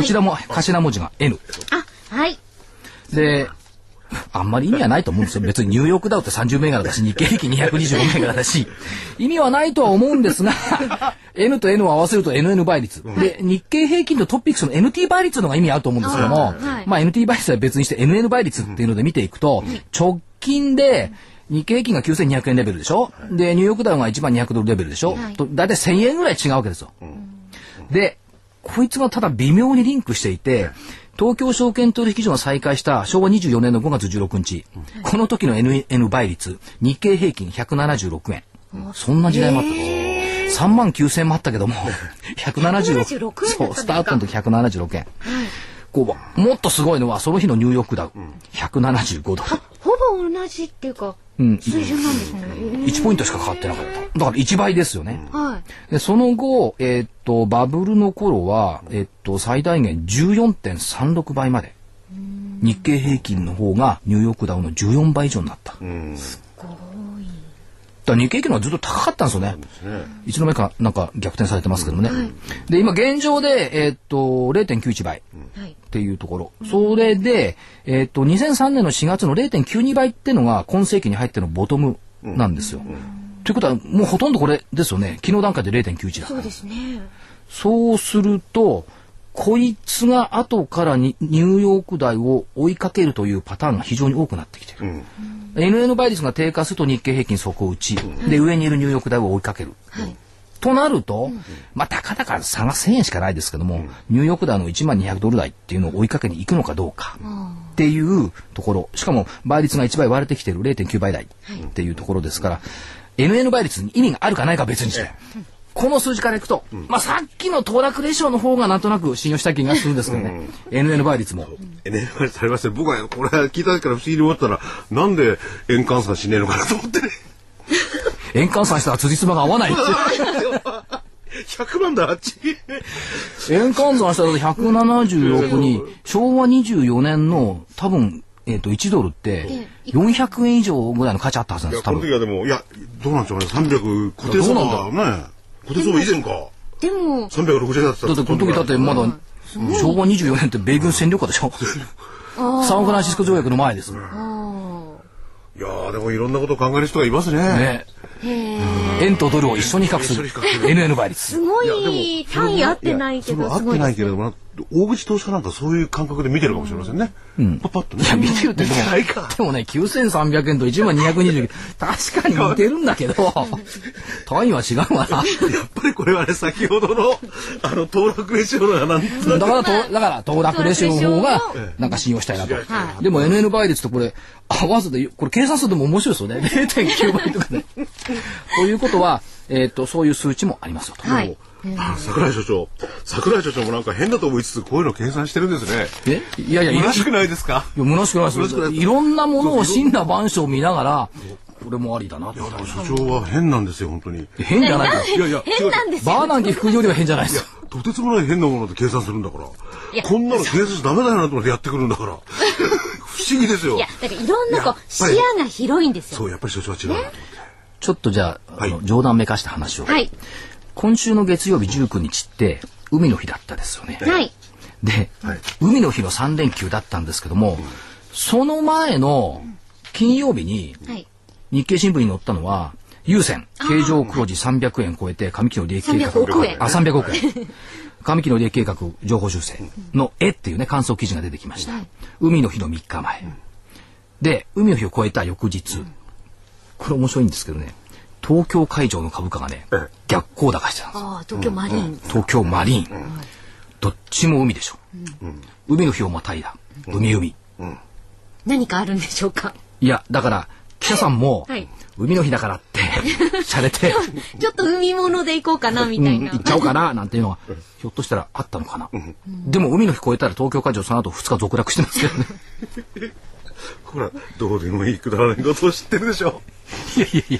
Speaker 1: どちらも頭文字が N。
Speaker 2: あ、はい。
Speaker 1: で、あんまり意味はないと思うんですよ。別にニューヨークダウってさんじゅう銘柄だし、日経平均にひゃくにじゅうご銘柄だし、意味はないとは思うんですが、N と N を合わせると エヌエヌ 倍率。うん、で、日経平均とトピックスの エヌティー 倍率のが意味あると思うんですけども、はい、まあ エヌティー 倍率は別にして、エヌエヌ 倍率っていうので見ていくと、うん、直近で、日経平均がきゅうせんにひゃくえんレベルでしょ、はい、で、ニューヨークダウがいちまんにひゃくドルレベルでしょ、はい、とだいたいせんえんぐらい違うわけですよ。うん、で、こいつがただ微妙にリンクしていて、東京証券取引所が再開したしょうわにじゅうよねんのごがつじゅうろくにち、うん、この時の エヌエヌ 倍率、日経平均ひゃくななじゅうろくえん。うん、そんな時代もあったんです。さんまんきゅうせんもあったけども、ひゃくななじゅうろくえん。そう、スタートの時ひゃくななじゅうろくえん。はい、こうもっとすごいのは、その日のニューヨークダウ、うん、ひゃくななじゅうごドル。
Speaker 2: ほぼ同じっていうか、うん、水準なんですね。
Speaker 1: いちポイントしかかかってなかった。だからいちばいですよね。はい、でその後、えー、っと、バブルの頃は、えー、っと、最大限 じゅうよんてんさんろく 倍まで。日経平均の方がニューヨークダウのじゅうよんばい以上になった。
Speaker 2: すごい。
Speaker 1: だから日経平均の方がずっと高かったんですよね。いつの間にかなんか逆転されてますけどもね。はい、で、今現状で、えー、っと、れいてんきゅういち 倍っていうところ。うん、それで、えー、っと、にせんさんねんのしがつの れいてんきゅうに 倍っていうのが今世紀に入ってのボトムなんですよ。うんうん、ということは、もうほとんどこれですよね。昨日段階で れいてんきゅういち だ。
Speaker 2: そうですね。
Speaker 1: そうすると、こいつが後からにニューヨークダウを追いかけるというパターンが非常に多くなってきている。うん、エヌエヌ 倍率が低下すると日経平均底打ち、うん、で上にいるニューヨークダウを追いかける。はい、となると、うん、まあたかだか差がせんえんしかないですけども、うん、ニューヨークダウのいちまんにひゃくドル台っていうのを追いかけに行くのかどうかっていうところ、しかも倍率がいちばい割れてきている れいてんきゅう 倍台っていうところですから、はい、エヌエヌ 倍率に意味があるかないかは別にして。うんこの数字からいくと、うん、まあさっきの騰落レシオの方がなんとなく信用した気がするんですけどね。うん、エヌエヌ 倍率も。
Speaker 3: エヌエヌ 倍率ありますね。僕はこれ聞いた時から不思議に思ったら、なんで円換算しねえのかなと思ってね。
Speaker 1: 円換算したら辻褄が合わないって。
Speaker 3: ひゃくまんだ、あっち。
Speaker 1: 円換算したらひゃくななじゅうろくに、しょうわにじゅうよねんの多分、えっと、いちドルってよんひゃくえん以上ぐらいの価値あったはずなんです、多分。
Speaker 3: いや、この時はでも、いや、どうなんでしょうね。さんびゃく固定相場ね。固定相場以前か。
Speaker 2: でも
Speaker 3: さんびゃくろくじゅうえんだった
Speaker 1: だってこの時だってまだ、うん、しょうわにじゅうよねんって米軍占領下でしょ。サンフランシスコ条約の前です。いや
Speaker 3: ーでもいろんなことを考える人がいますね。ね。
Speaker 1: 円とドルを一緒に比較する エヌエヌ 倍率。
Speaker 2: すごい単位合ってないけど
Speaker 3: 合ってないけれども大口投資家なんかそういう感覚で見てるかもしれませんね。うん、パッパッとね。
Speaker 1: いや見てるってでもでもねきゅうせんさんびゃくえんといちまんにひゃくにじゅう確かに似てるんだけど単位は違うわな。や
Speaker 3: っぱりこれはね先ほどのあの騰落レシオのなん
Speaker 1: だからとだから騰落レシオの方がなんか信用したいなと。でも エヌエヌ 倍率とこれ合わせてこれ計算するとも面白いですよね。れいてんきゅう 倍とかね。ということはえっとそういう数値もありますよと。
Speaker 2: はい。
Speaker 3: 桜井所長桜井所長もなんか変だと思いつつこういうの計算してるんですね。
Speaker 1: えいやいや
Speaker 3: 虚しくないですか。
Speaker 1: いや虚しくないです。いろんなものを真羅万象を見ながらこれもありだな。いや
Speaker 3: 所長は変なんですよ本当に。
Speaker 1: 変じゃないか。
Speaker 2: いやいや変なんですよ。
Speaker 1: バーナンキ副業では変じゃないですよ。
Speaker 3: とてつもない変なもので計算するんだからこんなの計算しダメだよなと思ってやってくるんだから不思議ですよ。
Speaker 2: いやだからいろんなこう視野が広いんですよ。
Speaker 3: そうやっぱり所長は違うなと思って。
Speaker 1: ちょっとじゃあ、はい、あの冗談めかした話を。
Speaker 2: はい。
Speaker 1: 今週の月曜日じゅうくにちって海の日だったですよね。
Speaker 2: はい。
Speaker 1: で、はい、海の日のさんれんきゅうだったんですけども、うん、その前の金曜日に、はい、日経新聞に載ったのは優先経常黒字さんびゃくえん超えて上期の利益計画
Speaker 2: さんびゃくおくえん
Speaker 1: あさんびゃくおくえん上期の利益計画情報修正の絵っていうね感想記事が出てきました。はい、海の日のみっかまえ、うん、で海の日を超えた翌日、うん、これ面白いんですけどね。東京海上の株価がね、逆行高してたんです。
Speaker 2: ああ、東京マリーン。
Speaker 1: 東京マリーン。どっちも海でしょ。海の日をまたいだ。海海。
Speaker 2: 何かあるんでしょうか。
Speaker 1: いや、だから記者さんも海の日だからってしゃれて、
Speaker 2: ちょっと海物で行こうかなみたいな。
Speaker 1: 行っちゃおうかななんていうのはひょっとしたらあったのかな。でも海の日超えたら東京海上その後ふつか続落してますけどね。
Speaker 3: ほら、どうでもいいくだらないことを知ってるでしょ。
Speaker 1: いやいやいや。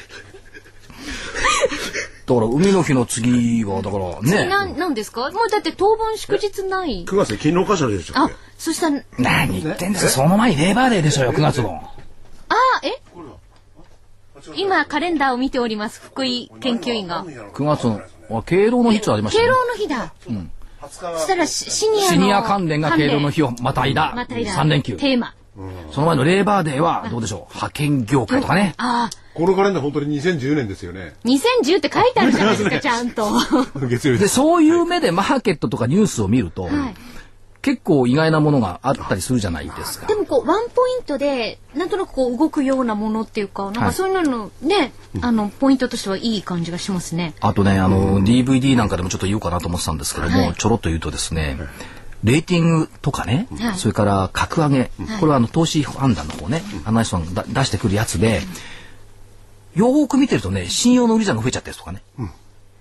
Speaker 1: だから海の日の次はだからね。
Speaker 2: ななんですか。もうだって当分祝日ない。
Speaker 3: くがつで勤労感謝でしょ。
Speaker 2: あ、そしたら
Speaker 1: 何言ってんですか。その前にレーバーデーでしょよくがつの。
Speaker 2: あえ？今カレンダーを見ております福井研究員が。
Speaker 1: くがつの敬老の日ってありましたね。
Speaker 2: 敬老の日だ。
Speaker 1: うん。
Speaker 2: そしたらシニアの
Speaker 1: シニア関連が敬老の日をまたいださん連休。
Speaker 2: テーマ。
Speaker 1: その前のレーバーデーはどうでしょう、派遣業界とかね。
Speaker 2: ああ。
Speaker 3: このカレンダー本当ににせんじゅうねんですよね。
Speaker 2: にせんじゅうって書いてあるじゃないですか、ちゃんと。
Speaker 3: 月曜日
Speaker 1: で、そういう目でマーケットとかニュースを見ると、はい、結構意外なものがあったりするじゃないですか。
Speaker 2: でもこうワンポイントでなんとなくこう動くようなものっていうか、なんかそういうのね、はい、あのポイントとしてはいい感じがしますね。
Speaker 1: あとね、あの、うん、ディーブイディー なんかでもちょっと言おうかなと思ってたんですけども、はい、ちょろっと言うとですね、レーティングとかね、はい、それから格上げ、はい、これはあの投資判断の方ね、アナリストが出してくるやつで、よーく見てるとね、信用の売り算が増えちゃったやつとかね、うん、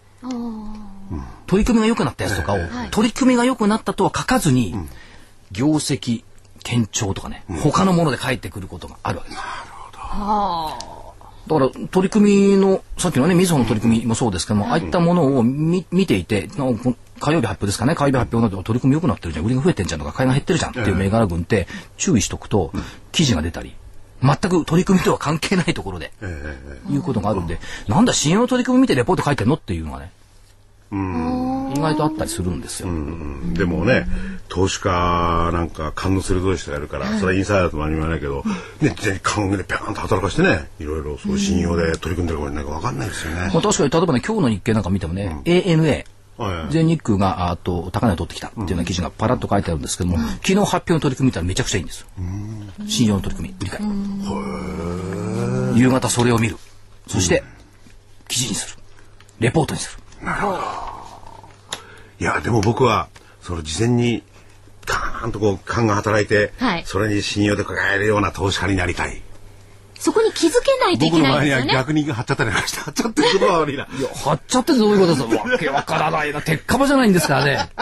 Speaker 1: 取り組みが良くなったやつとかを、はい、取り組みが良くなったとは書かずに、うん、業績堅調とかね、うん、他のもので返ってくることがあるわけです。なるほど。だから取り組みのさっきのねみずほの取り組みもそうですけども、うん、ああいったものを見ていて、火曜日発表ですかね、火曜日発表など取り組み良くなってるじゃん、売りが増えてんじゃんとか買いが減ってるじゃんっていう銘柄群って注意しとくと、記事が出たり全く取り組みとは関係ないところで、いうことがあるんで、なんだ信用取り組み見てレポート書いてんのっていうのがね、うん意外とあったりするんですよ。
Speaker 3: うんでもね、投資家なんか勘の鋭い人がいるから、それはインサイダーとも何も言わないけど、ね、勘でピャーンと働かしてね、いろいろそう信用で取り組んでるからなんか分かんないですよね。
Speaker 1: まあ、確かに例えばね、今日の日経なんか見てもね、うん、エーエヌエー、全日空があと高値を取ってきたっていうような記事がパラッと書いてあるんですけども、うん、昨日発表の取り組み見たらめちゃくちゃいいんですよ。信用の取り組み売り買い、夕方それを見る、そして記事にする、レポートにする。なるほど。
Speaker 3: いやでも僕はその事前にガーンとこう勘が働いて、はい、それに信用で抱えるような投資家になりたい。
Speaker 2: そこに気づけないといけないんですよね。僕の前には逆
Speaker 3: に貼っちゃったりなんかして、貼っちゃってることは悪いな。
Speaker 1: いや貼っちゃってどういうことですか。わけわからないな、鉄火場じゃないんですからね。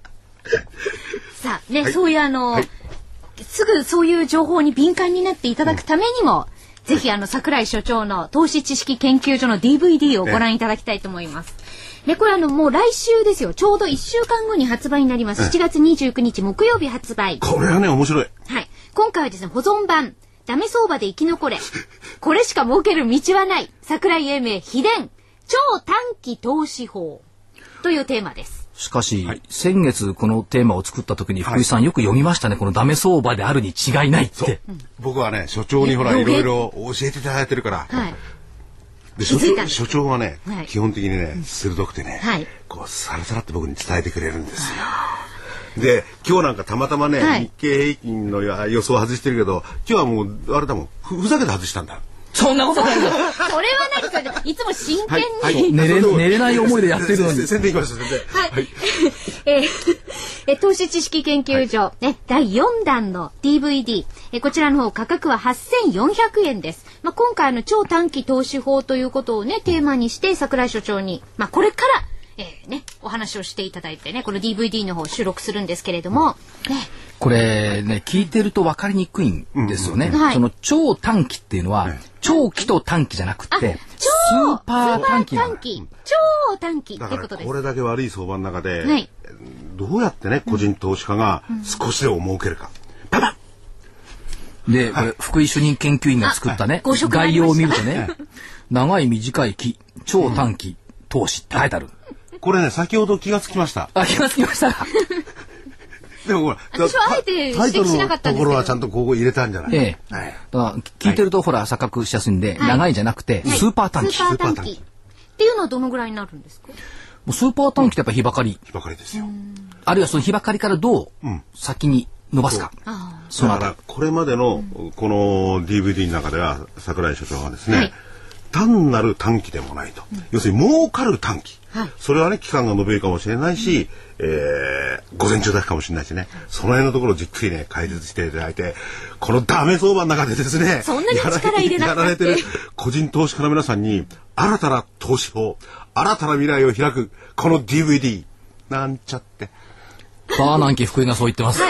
Speaker 2: さあね、はい、そういうあの、はい、すぐそういう情報に敏感になっていただくためにも、うん、ぜひあの櫻井所長の投資知識研究所の ディーブイディー をご覧いただきたいと思います。ね、これあのもう来週ですよ。ちょうどいっしゅうかんごに発売になります。しちがつにじゅうくにち木曜日発売。
Speaker 3: これはね面白い。
Speaker 2: はい。今回はですね、保存版ダメ相場で生き残れ。これしか儲ける道はない。櫻井英明秘伝超短期投資法というテーマです。
Speaker 1: しかし、はい、先月このテーマを作った時に福井さん、はい、よく読みましたね。このダメ相場であるに違いないって。うん、
Speaker 3: 僕はね所長にほらいろいろ教えていただいてるから。はい。で所長、所長はね、はい、基本的にね鋭くてね、はい、こうサラサラって僕に伝えてくれるんですよ。で今日なんかたまたまね、はい、日経平均の予想外してるけど、今日はもうあれだもん ふ, ふざけて外したんだ。
Speaker 1: そんなことないよ。
Speaker 2: それは何それ、いつも真剣に、
Speaker 1: はいはい、寝れ寝れない思いでやってるのに。
Speaker 3: 宣伝いきました宣伝。
Speaker 2: はい。はい、えー、え投資知識研究所、はい、ねだいよんだんの ディーブイディー、えこちらの方価格ははっせんよんひゃくえんです。まあ今回の超短期投資法ということをねテーマにして櫻井所長にまあこれから。えーね、お話をしていただいてね、この ディーブイディー の方を収録するんですけれども、ね、
Speaker 1: これね聞いてると分かりにくいんですよね。うんはい、その超短期っていうのは、はい、長期と短期じゃなくてスーパー短期
Speaker 2: 短期超短期ってことです。
Speaker 3: これだけ悪い相場の中で、はい、どうやってね個人投資家が少しでも儲けるか。パパ
Speaker 1: ッで、はい、福井主任研究員が作ったね、概要を見るとね、長い短い期超短期投資って書いてある。
Speaker 3: これね先ほど気がつきました。
Speaker 1: あ、気がつきました。
Speaker 2: でもほら、私はあえて指摘しなかったんですけど。
Speaker 3: ところはちゃんとここ入れたんじゃない。
Speaker 1: ええ。はい、だから聞いてると、はい、ほら錯覚しやすいんで、はい、長いじゃなくて、はい、スーパー短期。
Speaker 2: スーパー短期。っていうのはどのぐらいになるんですか。も
Speaker 1: うスーパー短期ってやっぱ日ばかり。
Speaker 3: 日ばかりですよ。
Speaker 1: あるいはその日ばかりからどう先に伸ばすか。
Speaker 3: うん、そだからこれまでのこの ディーブイディー の中では櫻井所長はですね。はい、単なる短期でもないと、うん、要するに儲かる短期、はい、それはね期間が延びるかもしれないし、うん、えー、午前中だけかもしれないしね、その辺のところをじっくりね解説していただいて、このダメ相場の中でですね
Speaker 2: そんなに力入れなくて や, やられてる
Speaker 3: 個人投資家の皆さんに新たな投資法、新たな未来を開くこの ディーブイディー なんちゃって
Speaker 1: バーナンキ福井がそう言ってます。
Speaker 2: はい、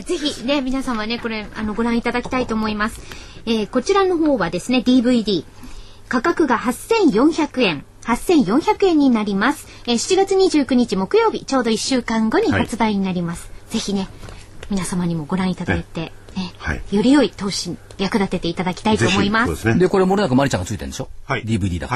Speaker 2: ぜひね皆様ねこれあのご覧いただきたいと思います。えー、こちらの方はですね ディーブイディー価格がはっせんよんひゃくえん、はっせんよんひゃくえんになります。えー、しちがつにじゅうくにち木曜日、ちょうどいっしゅうかんごに発売になります。はい、ぜひね、皆様にもご覧いただいて、ねはい、より良い投資に役立てていただきたいと思います。
Speaker 3: ですね、
Speaker 1: で、これもれなくマリちゃんがついてるんでしょ。
Speaker 3: はい、
Speaker 1: ディーブイディー だから。はい、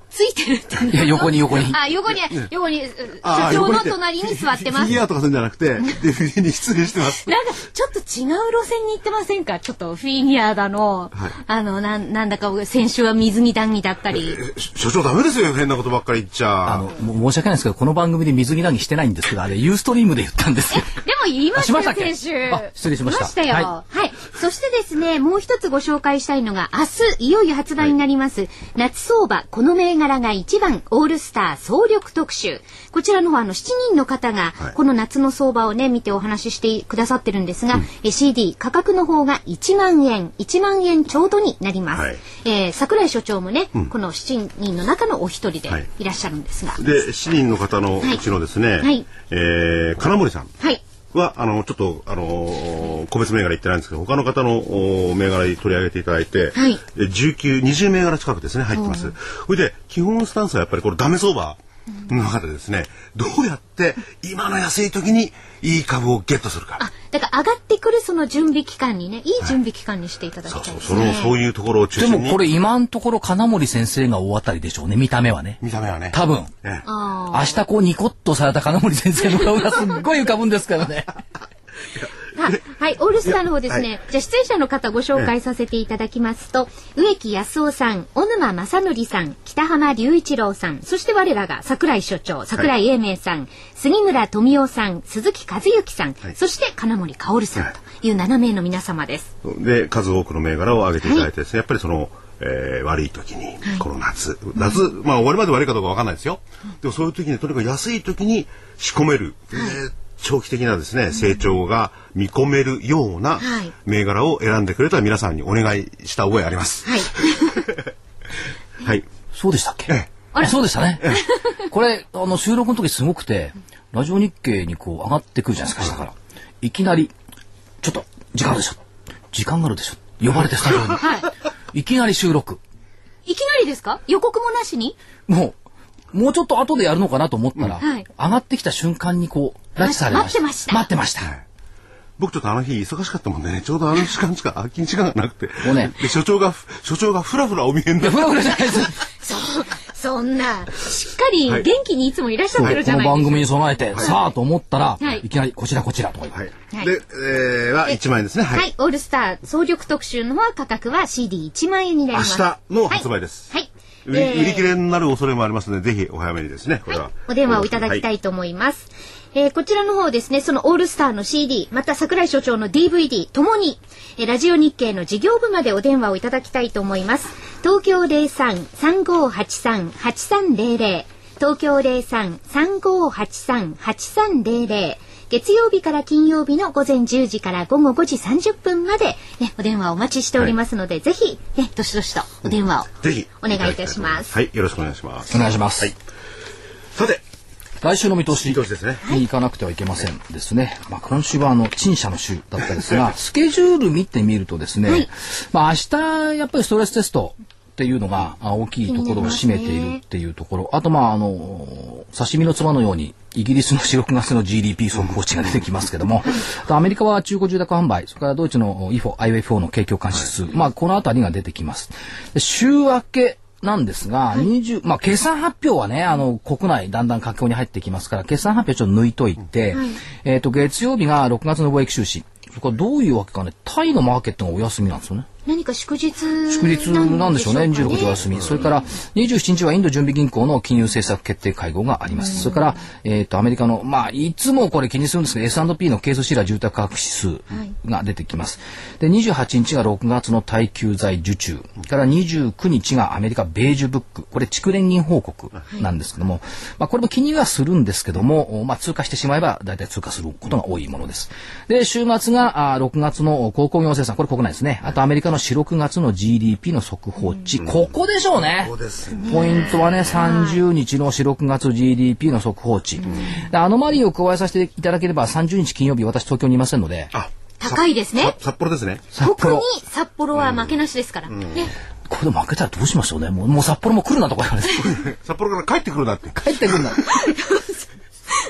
Speaker 2: ついてるって
Speaker 1: いや、横に横に。
Speaker 2: あ、横に、横に、所長の隣に座ってます。
Speaker 3: フィギュアとかするんじゃなくて、ディーブイディー に出演してます。
Speaker 2: なんか、ちょっと違う路線に行ってませんか？ちょっとフィギュアだの、はい、あの、なん、なんだか、先週は水着談義だったり。
Speaker 3: 所長ダメですよ、変なことばっかり言っちゃ。
Speaker 1: あの、申し訳ないですけど、この番組で水着談義してないんですけど、あれ、ユーストリームで言ったんですよ。
Speaker 2: でも言いましたよ、先週。
Speaker 1: あ、失礼しました。
Speaker 2: ましたよ。はい。はい。そしてですね、もう一つご紹介したいのが、明日、いよいよ発売になります、はい、夏相場、この銘柄が一番、オールスター総力特集。こちらの方、あの、しちにんの方が、この夏の相場をね、見てお話ししてくださってるんですが、うん、シーディー 価格の方がいちまんえん、いちまんえんちょうどになります。はい、えー、桜井所長もね、うん、このしちにんの中のお一人でいらっしゃるんですが。はい、
Speaker 3: で、しちにんの方のうちのですね、はい、えー、金森さん。はい。は、あの、ちょっと、あのー、個別銘柄言ってないんですけど、他の方の銘柄に取り上げていただいて、はい、じゅうきゅう、にじゅう銘柄近くですね、入ってます。それで、基本スタンスはやっぱりこれダメ相場の中でですね、どうやって今の安い時にいい株をゲットするか。
Speaker 2: あ、だから上がってくるその準備期間にね、いい準備期間にしていただきたいですね。
Speaker 3: はい、そうそう、その、そういうところを中心に。
Speaker 1: でもこれ今のところ金森先生が大当たりでしょうね、見た目はね。
Speaker 3: 見た目はね。
Speaker 1: 多分。ね、明日こうニコッとされた金森先生の顔がすっごい浮かぶんですからね。
Speaker 2: はい、オールスターの方ですね。はい、じゃあ出演者の方ご紹介させていただきますと、植木康夫さん、小沼正則さん、北浜隆一郎さん、そして我らが桜井所長、桜井英明さん、はい、杉村富夫さん、鈴木和之さん、はい、そして金森薫さんというななめいの皆様です。
Speaker 3: で、数多くの銘柄を挙げていただいてですね、はい、やっぱりその、えー、悪い時に、この夏、はい、夏、まあ終わりまで悪いかどうかわかんないですよ。でもそういう時に、とにかく安い時に仕込める。はい、長期的なですね、成長が見込めるような銘柄を選んでくれたら皆さんにお願いした覚えあります。はい。はい。
Speaker 1: そうでしたっけ？ええ、あれそうでしたね。ええ、これ、あの、収録の時すごくて、ラジオ日経にこう上がってくるじゃないですか、下から。いきなり、ちょっと、時間あるでしょ。時間があるでしょ。呼ばれてスタジオに。はい。いきなり収録。
Speaker 2: いきなりですか？予告もなしに？
Speaker 1: もう、もうちょっと後でやるのかなと思ったら、うん、はい、上がってきた瞬間にこう、拉致されました。
Speaker 2: 待ってました。
Speaker 1: 待ってました。はい、
Speaker 3: 僕ちょっとあの日忙しかったもんでね、ちょうどあの時間しか空き時間がなくて。
Speaker 1: もうね。
Speaker 3: で、所長が、所長がふらふらお見えになって。
Speaker 1: ふらふらじゃないです。
Speaker 2: そう、そんな、しっかり元気にいつもいらっしゃってるじゃないですか。
Speaker 1: この番組に備えて、はい、さあと思ったら、はい、いきなりこちらこちらと。はい。
Speaker 3: はい、で、えー、は、いちまんえんですね。
Speaker 2: はい。はい、オールスター総力特集の方は価格は シーディーいちまんえんになります。
Speaker 3: 明日の発売です。はい。はい、売り、えー、売り切れになる恐れもありますので、ぜひお早めにですね、これは。はい、
Speaker 2: お電話をいただきたいと思います。はい、えー、こちらの方ですね、そのオールスターの シーディー、また桜井所長の ディーブイディー ともに、えー、ラジオ日経の事業部までお電話をいただきたいと思います。東京 ゼロさん さんごはちさん はちさんゼロゼロ、東京 ゼロさん さんごはちさん はちさんゼロゼロ、月曜日から金曜日の午前じゅうじから午後ごじさんじゅっぷんまで、ね、お電話お待ちしておりますので、はい、ぜひ、ね、どしどしとお電話を、ぜひお願いいたします。
Speaker 3: はい、よろしくお願いします。
Speaker 1: お願いします。はい、
Speaker 3: さて、
Speaker 1: 来週の見通しに
Speaker 3: です、ね、
Speaker 1: 行かなくてはいけませんですね。まあ、今週はあの陳謝の週だったんですが、スケジュール見てみるとですね、はい、まあ明日やっぱりストレステストっていうのが大きいところを占めているっていうところ、あとまああの刺身のつばのようにイギリスのしろくがつの ジーディーピー 速報値が出てきますけども、アメリカは中古住宅販売、それからドイツの アイエフオー の景況感指数、まあこのあたりが出てきます。で週明けなんですが、にじゅう、まあ、決算発表はね、あの、国内だんだん佳境に入ってきますから、決算発表ちょっと抜いといて、はい、えっと、月曜日がろくがつの貿易収支。それからどういうわけかね、タイのマーケットがお休みなんですよね。
Speaker 2: 何か祝日
Speaker 1: 祝日なんでしょうね。にじゅうろくにちお休み。それからにじゅうしちにちはインド準備銀行の金融政策決定会合があります。それから、えっと、アメリカの、まあ、いつもこれ気にするんですけど、エスアンドピー のケースシーラー住宅価格指数が出てきます。で、にじゅうはちにちがろくがつの耐久財受注。からにじゅうくにちがアメリカベージュブック。これ、蓄連銀報告なんですけども、まあ、これも気にはするんですけども、まあ、通過してしまえば大体通過することが多いものです。で、週末が、あろくがつの鉱工業生産。これ国内ですね。あとアメリカのしろくがつのジーディーピー の速報値、ここでしょうね。
Speaker 3: ここですね。
Speaker 1: ポイントはね、さんじゅうにちのしろくがつ ジーディーピー の速報値。でアノマリーを加えさせていただければ、さんじゅうにち金曜日、私東京にいませんので。
Speaker 2: あ、高いですね。
Speaker 3: 札幌ですね。
Speaker 2: 特に札幌は負けなしですから。ね、
Speaker 1: これで負けたらどうしましょうね。もう、もう札幌も来るなとか言われて。
Speaker 3: 札幌から帰ってくるなって。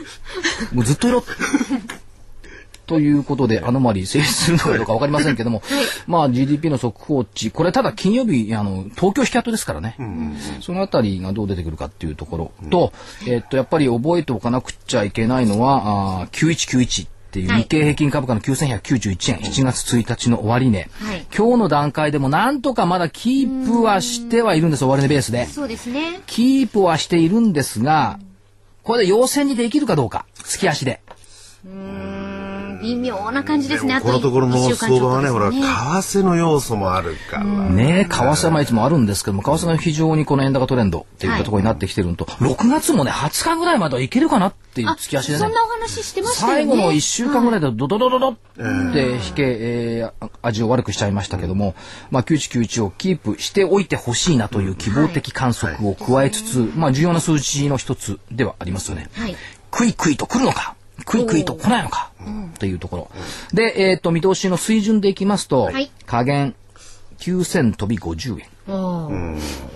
Speaker 1: 帰ってくるな。もうずっといろ。 ということで、アノマリー成立するのかどうかわかりませんけども、はい、まあ ジーディーピー の速報値、これただ金曜日、あの、東京引き跡ですからね、うん、そのあたりがどう出てくるかっていうところと、うん、えー、っと、やっぱり覚えておかなくちゃいけないのは、あきゅういちきゅういちっていう日経平均株価のきゅうせんひゃくきゅうじゅういちえん、しちがつついたちの終値、はい、今日の段階でもなんとかまだキープはしてはいるんです、終値ベースで。
Speaker 2: そうですね。
Speaker 1: キープはしているんですが、これで陽線にできるかどうか、月足で。
Speaker 2: うーん、微妙な感じですね。
Speaker 3: このところの相場はね、ほら、為替の要素もあるから。
Speaker 1: ね、為替はいつもあるんですけども、為替が非常にこの円高トレンドっていったところになってきてるのと、はい、ろくがつもね、はつかぐらいまではいけるかなっていう月足でね。
Speaker 2: そんなお話してましたよね。
Speaker 1: 最後のいっしゅうかんぐらいでドドドドドって引け、えー、味を悪くしちゃいましたけども、まあ、きゅういちきゅういちをキープしておいてほしいなという希望的観測を加えつつ、はいはい、まあ、重要な数字の一つではありますよね。はい、クイクイと来るのか、クイクイと来ないのかというところで、えー、と見通しの水準でいきますと、はい、下限きゅうせん飛びごじゅうえん、うん、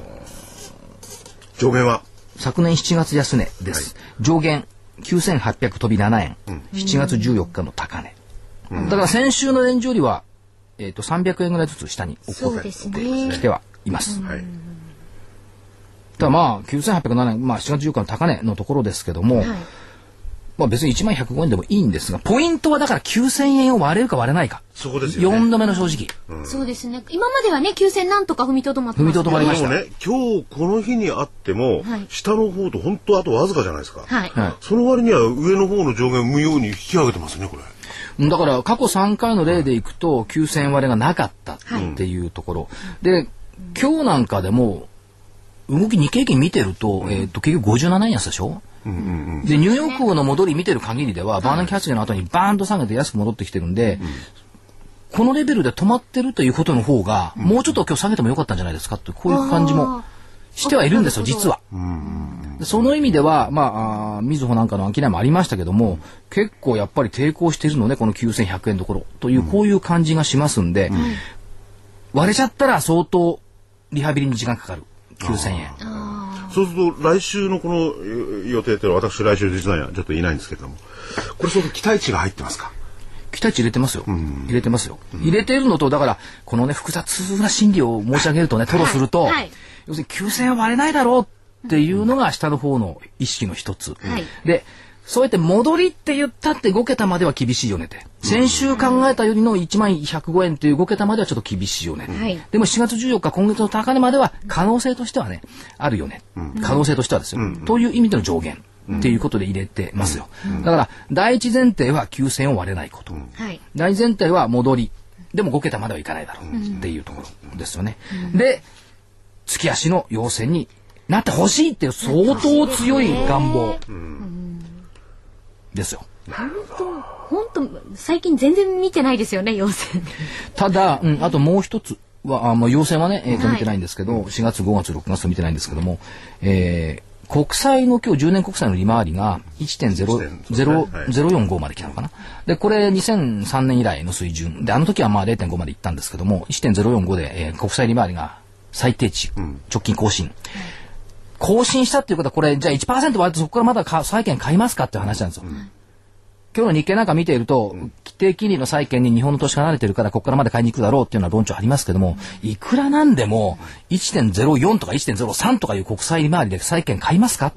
Speaker 3: 上限は
Speaker 1: 昨年しちがつ安値です、はい、上限きゅうせんはっぴゃく飛びななえん、うん、しちがつじゅうよっかの高値、うん、だから先週のレンジよりは、えー、とさんびゃくえんぐらいずつ下に落っこってきてはいます。はい、ただまあきゅうせんはっぴゃくななえん、まあ、しちがつじゅうよっかの高値のところですけども、はい、まあ、別にいちまんひゃくごえんでもいいんですが、ポイントはだからきゅうせんえんを割れるか割れないか。
Speaker 3: そこですよね。
Speaker 1: よんどめの正直。
Speaker 2: うん、そうですね。今まではね、きゅうせんなんとか踏みとどまって
Speaker 1: ます、ね。踏みとどまりました。
Speaker 3: でもね、今日この日にあっても、はい、下の方と本当あとわずかじゃないですか。はい。その割には上の方の上限を無用に引き上げてますね、これ。
Speaker 1: だから過去さんかいの例でいくときゅうせんえん割れがなかったっていうところ。はい、で、今日なんかでも、動き日経平均見てると、うん、えっと、結局ごじゅうななえん安でしょ。うんうんうん、でニューヨークの戻り見てる限りでは、はい、バーナンキ発言の後にバーンと下げて安く戻ってきてるんで、うん、このレベルで止まってるということの方が、うん、もうちょっと今日下げてもよかったんじゃないですかってこういう感じもしてはいるんですよ実は。うんその意味では、まあ、みずほなんかの商いもありましたけども、結構やっぱり抵抗しているのねこのきゅうせんひゃくえんどころという、こういう感じがしますんで、うん、割れちゃったら相当リハビリに時間かかるきゅうせんえん。
Speaker 3: そうすると来週のこの予定って私来週実はちょっといないんですけれども、これ相当期待値が入ってますか？
Speaker 1: 期待値入れてますよ、うん、入れてますよ、うん、入れてるのとだからこのね複雑な心理を申し上げるとね吐露すると、はいはい、要するにきゅうせんえんは割れないだろうっていうのが下の方の意識の一つ、はい、でそうやって戻りって言ったってごけたまでは厳しいよねって、うん、先週考えたよりのいちまんひゃくごえんというごけたまではちょっと厳しいよね、はい、でもしちがつじゅうよっか今月の高値までは可能性としてはねあるよね、うん、可能性としてはですよ、うん、という意味での上限っていうことで入れてますよ、うん、だから第一前提はきゅうせんを割れないこと、うん、第二前提は戻りでもごけたまではいかないだろうっていうところですよね、うん、で月足の陽線になってほしいっていう相当強い願望、うんですよ。
Speaker 2: 本当本当最近全然見てないですよね陽線。
Speaker 1: ただ、うん、あともう一つはあもう陽線はね、えー、と見てないんですけど、はい、しがつごがつろくがつと見てないんですけども、えー、国債の今日じゅうねん国債の利回りが いちてんゼロよんご まで来たのかな。でこれにせんさんねん以来の水準で、あの時はまあ れいてんご までいったんですけども いちてんゼロよんご で、えー、国債利回りが最低値、うん、直近更新。更新したっていうことはこれじゃあ いちパーセント 割ってそこからまだ債券買いますかっていう話なんですよ、うん、今日の日経なんか見ていると、うん、規定金利の債券に日本の投資家慣れてるからここからまだ買いに行くだろうっていうのは論調ありますけども、うん、いくらなんでも いちてんゼロよん とか いちてんゼロさん とかいう国債利回りで債券買いますか、うん、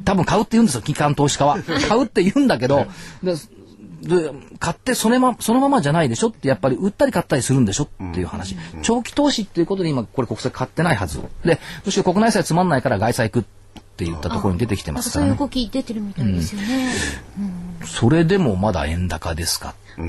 Speaker 1: 多分買うって言うんですよ機関投資家は買うって言うんだけどでで買ってそのまそのままじゃないでしょってやっぱり売ったり買ったりするんでしょっていう話、うん、長期投資っていうことで今これ国債買ってないはずで、むしろ国内債つまんないから外債行くって言ったところに出てきてますからね。
Speaker 2: そういう動き出てるみたいですよね、
Speaker 1: うんうん、それでもまだ円高ですか、
Speaker 3: うん、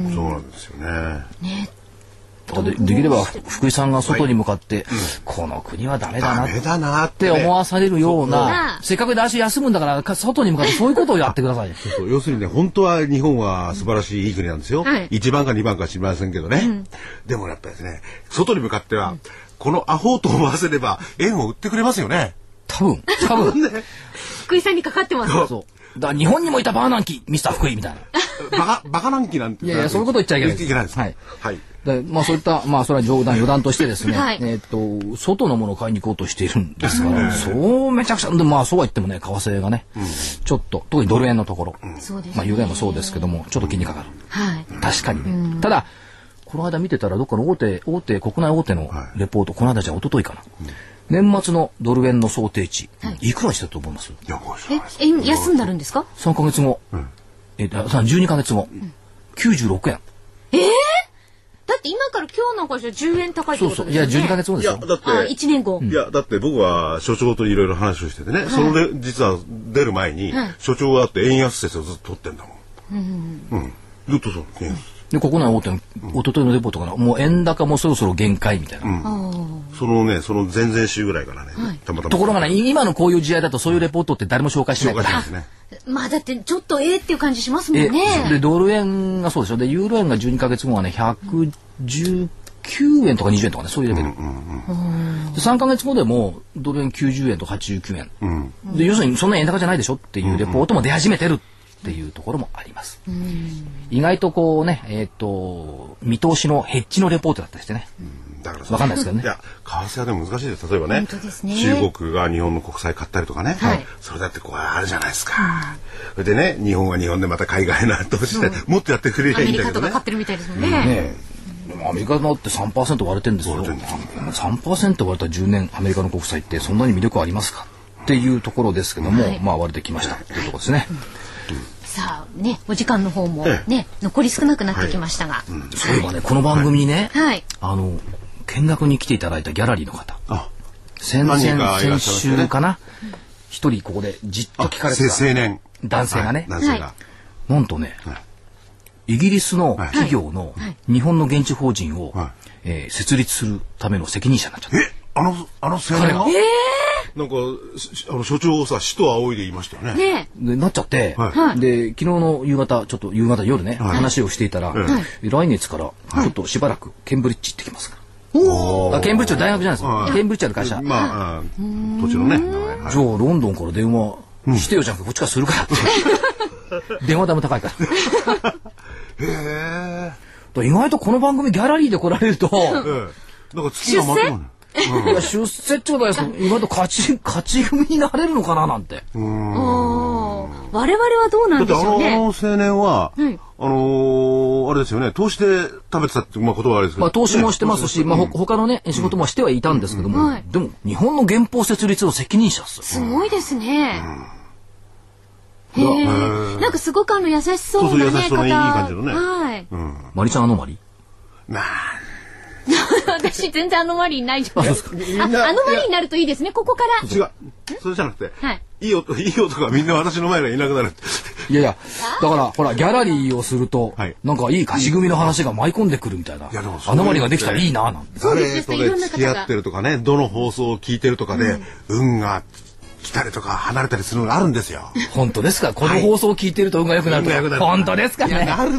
Speaker 3: そうなんですよね。
Speaker 2: ね
Speaker 1: で, できれば福井さんが外に向かって、はい、うん、この国はダメだなって思わされるような、せっかくで足休むんだから外に向かってそういうことをやってください。
Speaker 3: そうそう要するにね本当は日本は素晴らしいいい国なんですよ、はい、いちばんかにばんか知りませんけどね、うん、でもやっぱりですね外に向かっては、うん、このアホと思わせれば円を売ってくれますよね。
Speaker 1: 多分多分
Speaker 2: ね福井さんにかかってます。
Speaker 3: そう
Speaker 1: だから日本にもいたバーナンキミスター福井みたいな。
Speaker 3: バカバカなんきなんて。
Speaker 1: いやいやそういうこと言っちゃいけないです。
Speaker 3: いけないです。
Speaker 1: はい。
Speaker 3: はい。
Speaker 1: でまあそういったまあそれは冗談余談としてですね、
Speaker 2: はい、
Speaker 1: えっと外のものを買いに行こうとしているんですから、そうめちゃくちゃでまあそうは言ってもね為替がね、うん、ちょっと特にドル円のところ、うん、まあユーロ円もそうですけどもちょっと気にかかる。
Speaker 2: はい。
Speaker 1: 確かにね。うん、ただこの間見てたらどっかの大手大手国内大手のレポート、はい、この間じゃ一昨日かな。うん年末のドル円の想定値、はい、いくらしてると思います？
Speaker 3: いや
Speaker 2: え、円安になるんですか？
Speaker 1: さんかげつご、うん、え、じゅうにかげつご、うん、きゅうじゅうろくえん。
Speaker 2: えー、だって今から今日なんかじゃじゅうえん高いってことですよね。そうそう、いやじゅうにかげつごですよ。
Speaker 3: いやだってあ
Speaker 2: いちねんご、
Speaker 3: いやだって僕は所長といろいろ話をしててね、はい、そので実は出る前に、はい、所長があって円安説をずっと取ってんだもん。うん、うん、ずっとそう。円安
Speaker 1: で国内大手の一昨日のレポートかな、もう円高もそろそろ限界みたいな、うん、
Speaker 3: そのねその前々週ぐらいからね、はい、たまたま
Speaker 1: ところがね今のこういう時代だとそういうレポートって誰も紹介しないから、
Speaker 3: ね、
Speaker 2: まあだってちょっとええっていう感じしますもんね。
Speaker 1: でドル円がそうでしょ。でユーロ円がじゅうにかげつごはねひゃくじゅうきゅうえんとかにじゅうえんとかねそういうレベル、うんうんうん、でさんかげつごでもドル円きゅうじゅうえんとかはちじゅうきゅうえん、うん、で要するにそんな円高じゃないでしょっていうレポートも出始めてるっていうところもあります。意外とこうね、えっと見通しのヘッジのレポートだったりしてね。だからわかんないですけどね。
Speaker 3: いや為替はでも難しいです。例えばね、
Speaker 2: ね
Speaker 3: 中国が日本の国債買ったりとかね、はい、それだってこうあるじゃないですか。それでね日本は日本でまた海外な投資してもっとやってくれりゃいいんだけどね。アメリカとか
Speaker 2: 買ってるみたいですもんね。
Speaker 1: ねでもアメリカのって さんパーセント 割れてるんですよ。さんパーセント 割れたじゅうねんアメリカの国債ってそんなに魅力ありますかっていうところですけども、はい、まあ割れてきましたというところですね。
Speaker 2: さあねお時間の方もね、ええ、残り少なくなってきましたが、はいうん、
Speaker 1: そういえばねこの番組にね、
Speaker 2: はい、
Speaker 1: あの見学に来ていただいたギャラリーの方先々先週かな一、ね、人ここでじっと聞かれてた
Speaker 3: 青年
Speaker 1: 男性がね、
Speaker 3: はい、男性が
Speaker 1: なんとね、はい、イギリスの企業の日本の現地法人を、はいえー、設立するための責任者になっちゃった。
Speaker 3: えあのあの青年が、えーなんかあの所長をさ死と仰いで言いましたよね。
Speaker 2: ね
Speaker 1: でなっちゃって、はい、で昨日の夕方ちょっと夕方夜ね、はい、話をしていたら、はい、来月からちょっとしばらくケンブリッジ行ってきますから。おーあケンブリッジは大学じゃないですよ、はい、ケンブリッジある会社。
Speaker 3: まあ土地のね。
Speaker 1: はい、じゃあロンドンから電話してよじゃんか、うん、こっちからするからって電話代も高いから
Speaker 3: へ
Speaker 1: え意外とこの番組ギャラリーで来られると、え
Speaker 3: え、なんか月が待ってるね
Speaker 1: うん、いや出世ってことは意外と勝ち勝ち組になれるのかななんて。うー
Speaker 2: ん我々はどうなんでしょうね。
Speaker 3: だってあの、あの青年は、うん、あのー、あれですよね投資で食べてたってまあ言葉はあれですけど、
Speaker 1: まあ、投資もしてますし、ね、まあ、他のね仕事もしてはいたんですけども、うんはい、でも日本の原法設立の責任者っす。
Speaker 2: すごいですね。うん、へえ。なんかすごくあの優しそうなね。
Speaker 3: そうそう優しそうないい感じのね。
Speaker 2: はい。
Speaker 1: うん、マリちゃんアノマリ。
Speaker 3: まあ。
Speaker 2: 私全然アノマリーないじゃないですか。あ、アノマリーになるといいですね。ここから。
Speaker 3: 違う。それじゃなくて、はい、いい音いい音がみんな私の前がいなくなる。
Speaker 1: いやいや、だからほらギャラリーをすると、はい、なんかいい勝ち組の話が舞い込んでくるみたいな。いやでもアノマリーができたらいいななんて。
Speaker 3: 誰とで付き合ってるとかね、どの放送を聞いてるとかで、うん、運が来たりとか離れたりするのがあるんですよ。
Speaker 1: 本当ですか。この放送を聞いてると運が良くなるとか。はい、本当ですかね。
Speaker 3: いやなるって。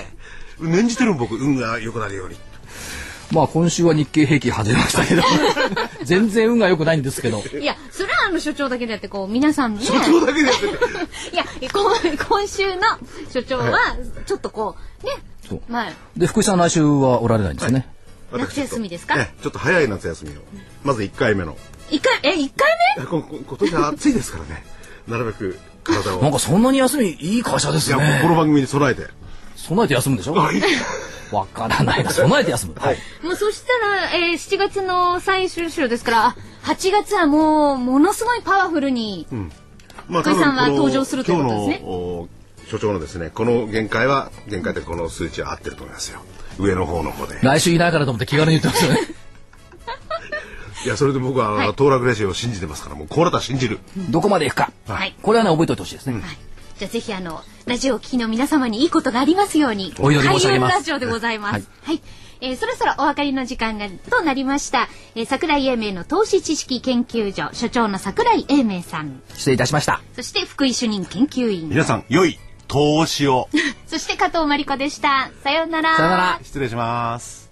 Speaker 3: 念じてる僕運が良くなるように。
Speaker 1: まあ今週は日経平均外れましたけど全然運が良くないんですけど
Speaker 2: いやそれはあの所長だけでやってこう皆さんね
Speaker 3: 所長だけでやって
Speaker 2: いや今週の所長はちょっとこうね
Speaker 1: そうまあで福井さん来週はおられないんですね、
Speaker 2: はい、夏休みですか。
Speaker 3: ちょっと早い夏休みをまずいっかいめの
Speaker 2: いっかいえいっかいめ
Speaker 3: こ今年は暑いですからねなるべく体を
Speaker 1: なんかそんなに休みいい会社ですね。
Speaker 3: いやこの番組に備えて
Speaker 1: 備えて休むんでしょわからないな備えて休む、はい、
Speaker 2: もうそしたら、えー、しちがつの最終週ですからはちがつはもうものすごいパワフルに、うんまあ、福井さんは登場するということですね。
Speaker 3: 所長のですねこの限界は限界でこの数値は合ってると思いますよ。上の方の方で
Speaker 1: 来週いないからと思って気軽に言ってますよね
Speaker 3: いやそれで僕は、はい、当落レシオを信じてますからもうこうなったら信じる、
Speaker 1: うん、どこまでいくか、はい、これはね覚えておいてほしいですね、うんはい
Speaker 2: じゃあぜひあのラジオを聴きの皆様にいいことがありますように
Speaker 1: お祈り申し上げます。
Speaker 2: 開運ラジオでございます。はい、はい、えー、そろそろお別れの時間がとなりました。えー、桜井英明の投資知識研究所所長の桜井英明さん、
Speaker 1: 失礼いたしました。
Speaker 2: そして福井主任研究員、
Speaker 3: 皆さん良い投資を
Speaker 2: そして加藤真理子でした。さようなら。
Speaker 1: さようなら。
Speaker 3: 失礼します。